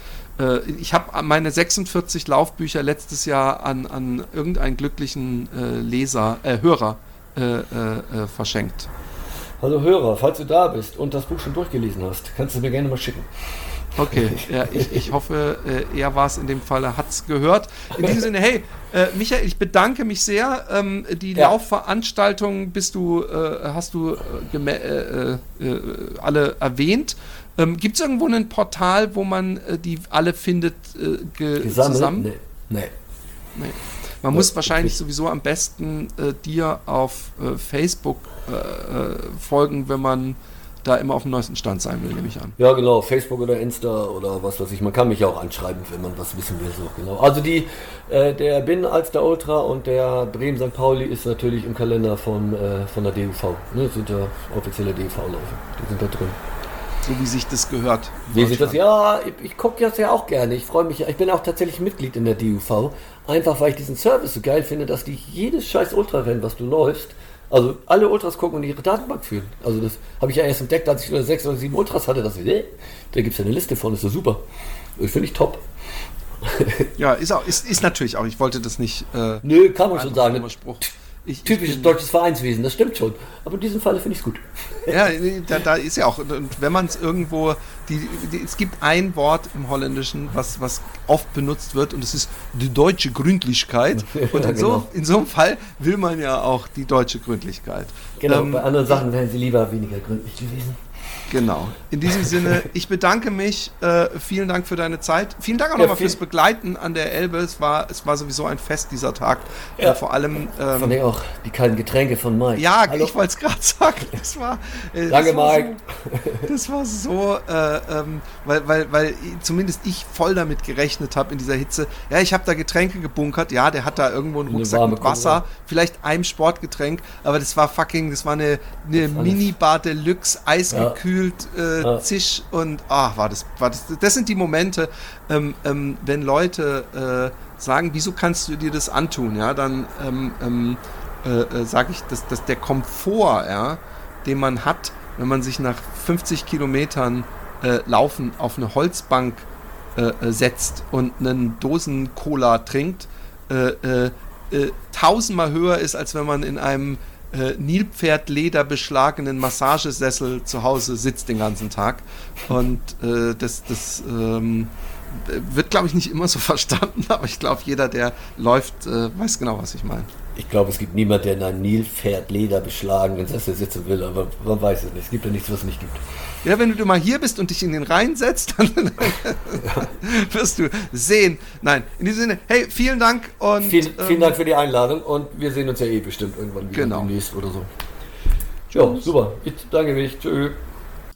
Äh, ich habe meine sechsundvierzig Laufbücher letztes Jahr an, an irgendeinen glücklichen äh, Leser, äh, Hörer äh, äh, äh, verschenkt. Hallo Hörer, falls du da bist und das Buch schon durchgelesen hast, kannst du mir gerne mal schicken. Okay, ja, ich, ich hoffe, äh, er war es in dem Fall, er hat es gehört. In diesem Sinne, hey, äh, Michael, ich bedanke mich sehr. Ähm, die ja. Laufveranstaltungen bist du, äh, hast du äh, gemä- äh, äh, alle erwähnt. Ähm, Gibt es irgendwo ein Portal, wo man äh, die alle findet äh, ge- zusammen? Nee. nee. nee. Man muss wahrscheinlich sowieso am besten äh, dir auf äh, Facebook äh, äh, folgen, wenn man da immer auf dem neuesten Stand sein will, nehme ich an. Ja, genau, Facebook oder Insta oder was weiß ich. Man kann mich auch anschreiben, wenn man was wissen will. So, genau. Also die, äh, der Bin als der Ultra und der Bremen Sankt Pauli ist natürlich im Kalender von, äh, von der D U V. Ne? Das sind ja offizielle D U V-Läufe. Die sind da drin. So wie sich das gehört. Wie sich das, ja, ich, ich gucke das ja auch gerne. Ich freue mich, ich bin auch tatsächlich Mitglied in der D U V. Einfach, weil ich diesen Service so geil finde, dass die jedes scheiß Ultrarennen, was du läufst, also alle Ultras gucken und ihre Datenbank führen. Also das habe ich ja erst entdeckt, als ich nur sechs oder sieben Ultras hatte. Das, äh, da gibt es ja eine Liste von, ist so super. Das finde ich top. Ja, ist, auch, ist, ist natürlich auch, ich wollte das nicht... Äh, Nö, kann man schon sagen. Ich, Typisches ich deutsches Vereinswesen, das stimmt schon. Aber in diesem Fall finde ich es gut. Ja, da, da ist ja auch, und wenn man es irgendwo, die, die, es gibt ein Wort im Holländischen, was, was oft benutzt wird, und es ist die deutsche Gründlichkeit. Und ja, in, genau. so, in so einem Fall will man ja auch die deutsche Gründlichkeit. Genau, ähm, bei anderen Sachen wären sie lieber weniger gründlich gewesen. Genau. In diesem Sinne, ich bedanke mich. Äh, vielen Dank für deine Zeit. Vielen Dank auch ja, nochmal fürs Begleiten an der Elbe. Es war, es war sowieso ein Fest, dieser Tag. Ja. Äh, vor allem. Ähm, Fand ich auch die kalten Getränke von Mike. Ja, Hallo. Ich wollte es gerade sagen. Das war. Äh, Danke, das war Mike. So, das war so, äh, ähm, weil, weil, weil zumindest ich voll damit gerechnet habe in dieser Hitze. Ja, ich habe da Getränke gebunkert. Ja, der hat da irgendwo einen Rucksack mit Wasser. Vielleicht einem Sportgetränk. Aber das war fucking, das war eine, eine Minibar Deluxe, eisgekühlt. Ja. gefühlt äh, ja. zisch und ach, war das, war das, das sind die Momente, ähm, ähm, wenn Leute äh, sagen, wieso kannst du dir das antun, ja, dann ähm, ähm, äh, sage ich, dass, dass der Komfort, ja, den man hat, wenn man sich nach fünfzig Kilometern äh, Laufen auf eine Holzbank äh, setzt und einen Dosen Cola trinkt, äh, äh, äh, tausendmal höher ist, als wenn man in einem äh, Nilpferdleder beschlagenen Massagesessel zu Hause sitzt den ganzen Tag. Und äh, das, das ähm, wird, glaube ich, nicht immer so verstanden, aber ich glaube, jeder, der läuft, äh, weiß genau, was ich meine. Ich glaube, es gibt niemanden, der in einem Nilpferdleder beschlagenen Sessel sitzen will, aber man weiß es nicht. Es gibt ja nichts, was es nicht gibt. Ja, wenn du mal hier bist und dich in den Rhein setzt, dann ja. wirst du sehen. Nein, in diesem Sinne, hey, vielen Dank. Und, vielen, ähm, vielen Dank für die Einladung und wir sehen uns ja eh bestimmt irgendwann wieder genau. demnächst oder so. Ja, super. Ich danke mich. Tschüss.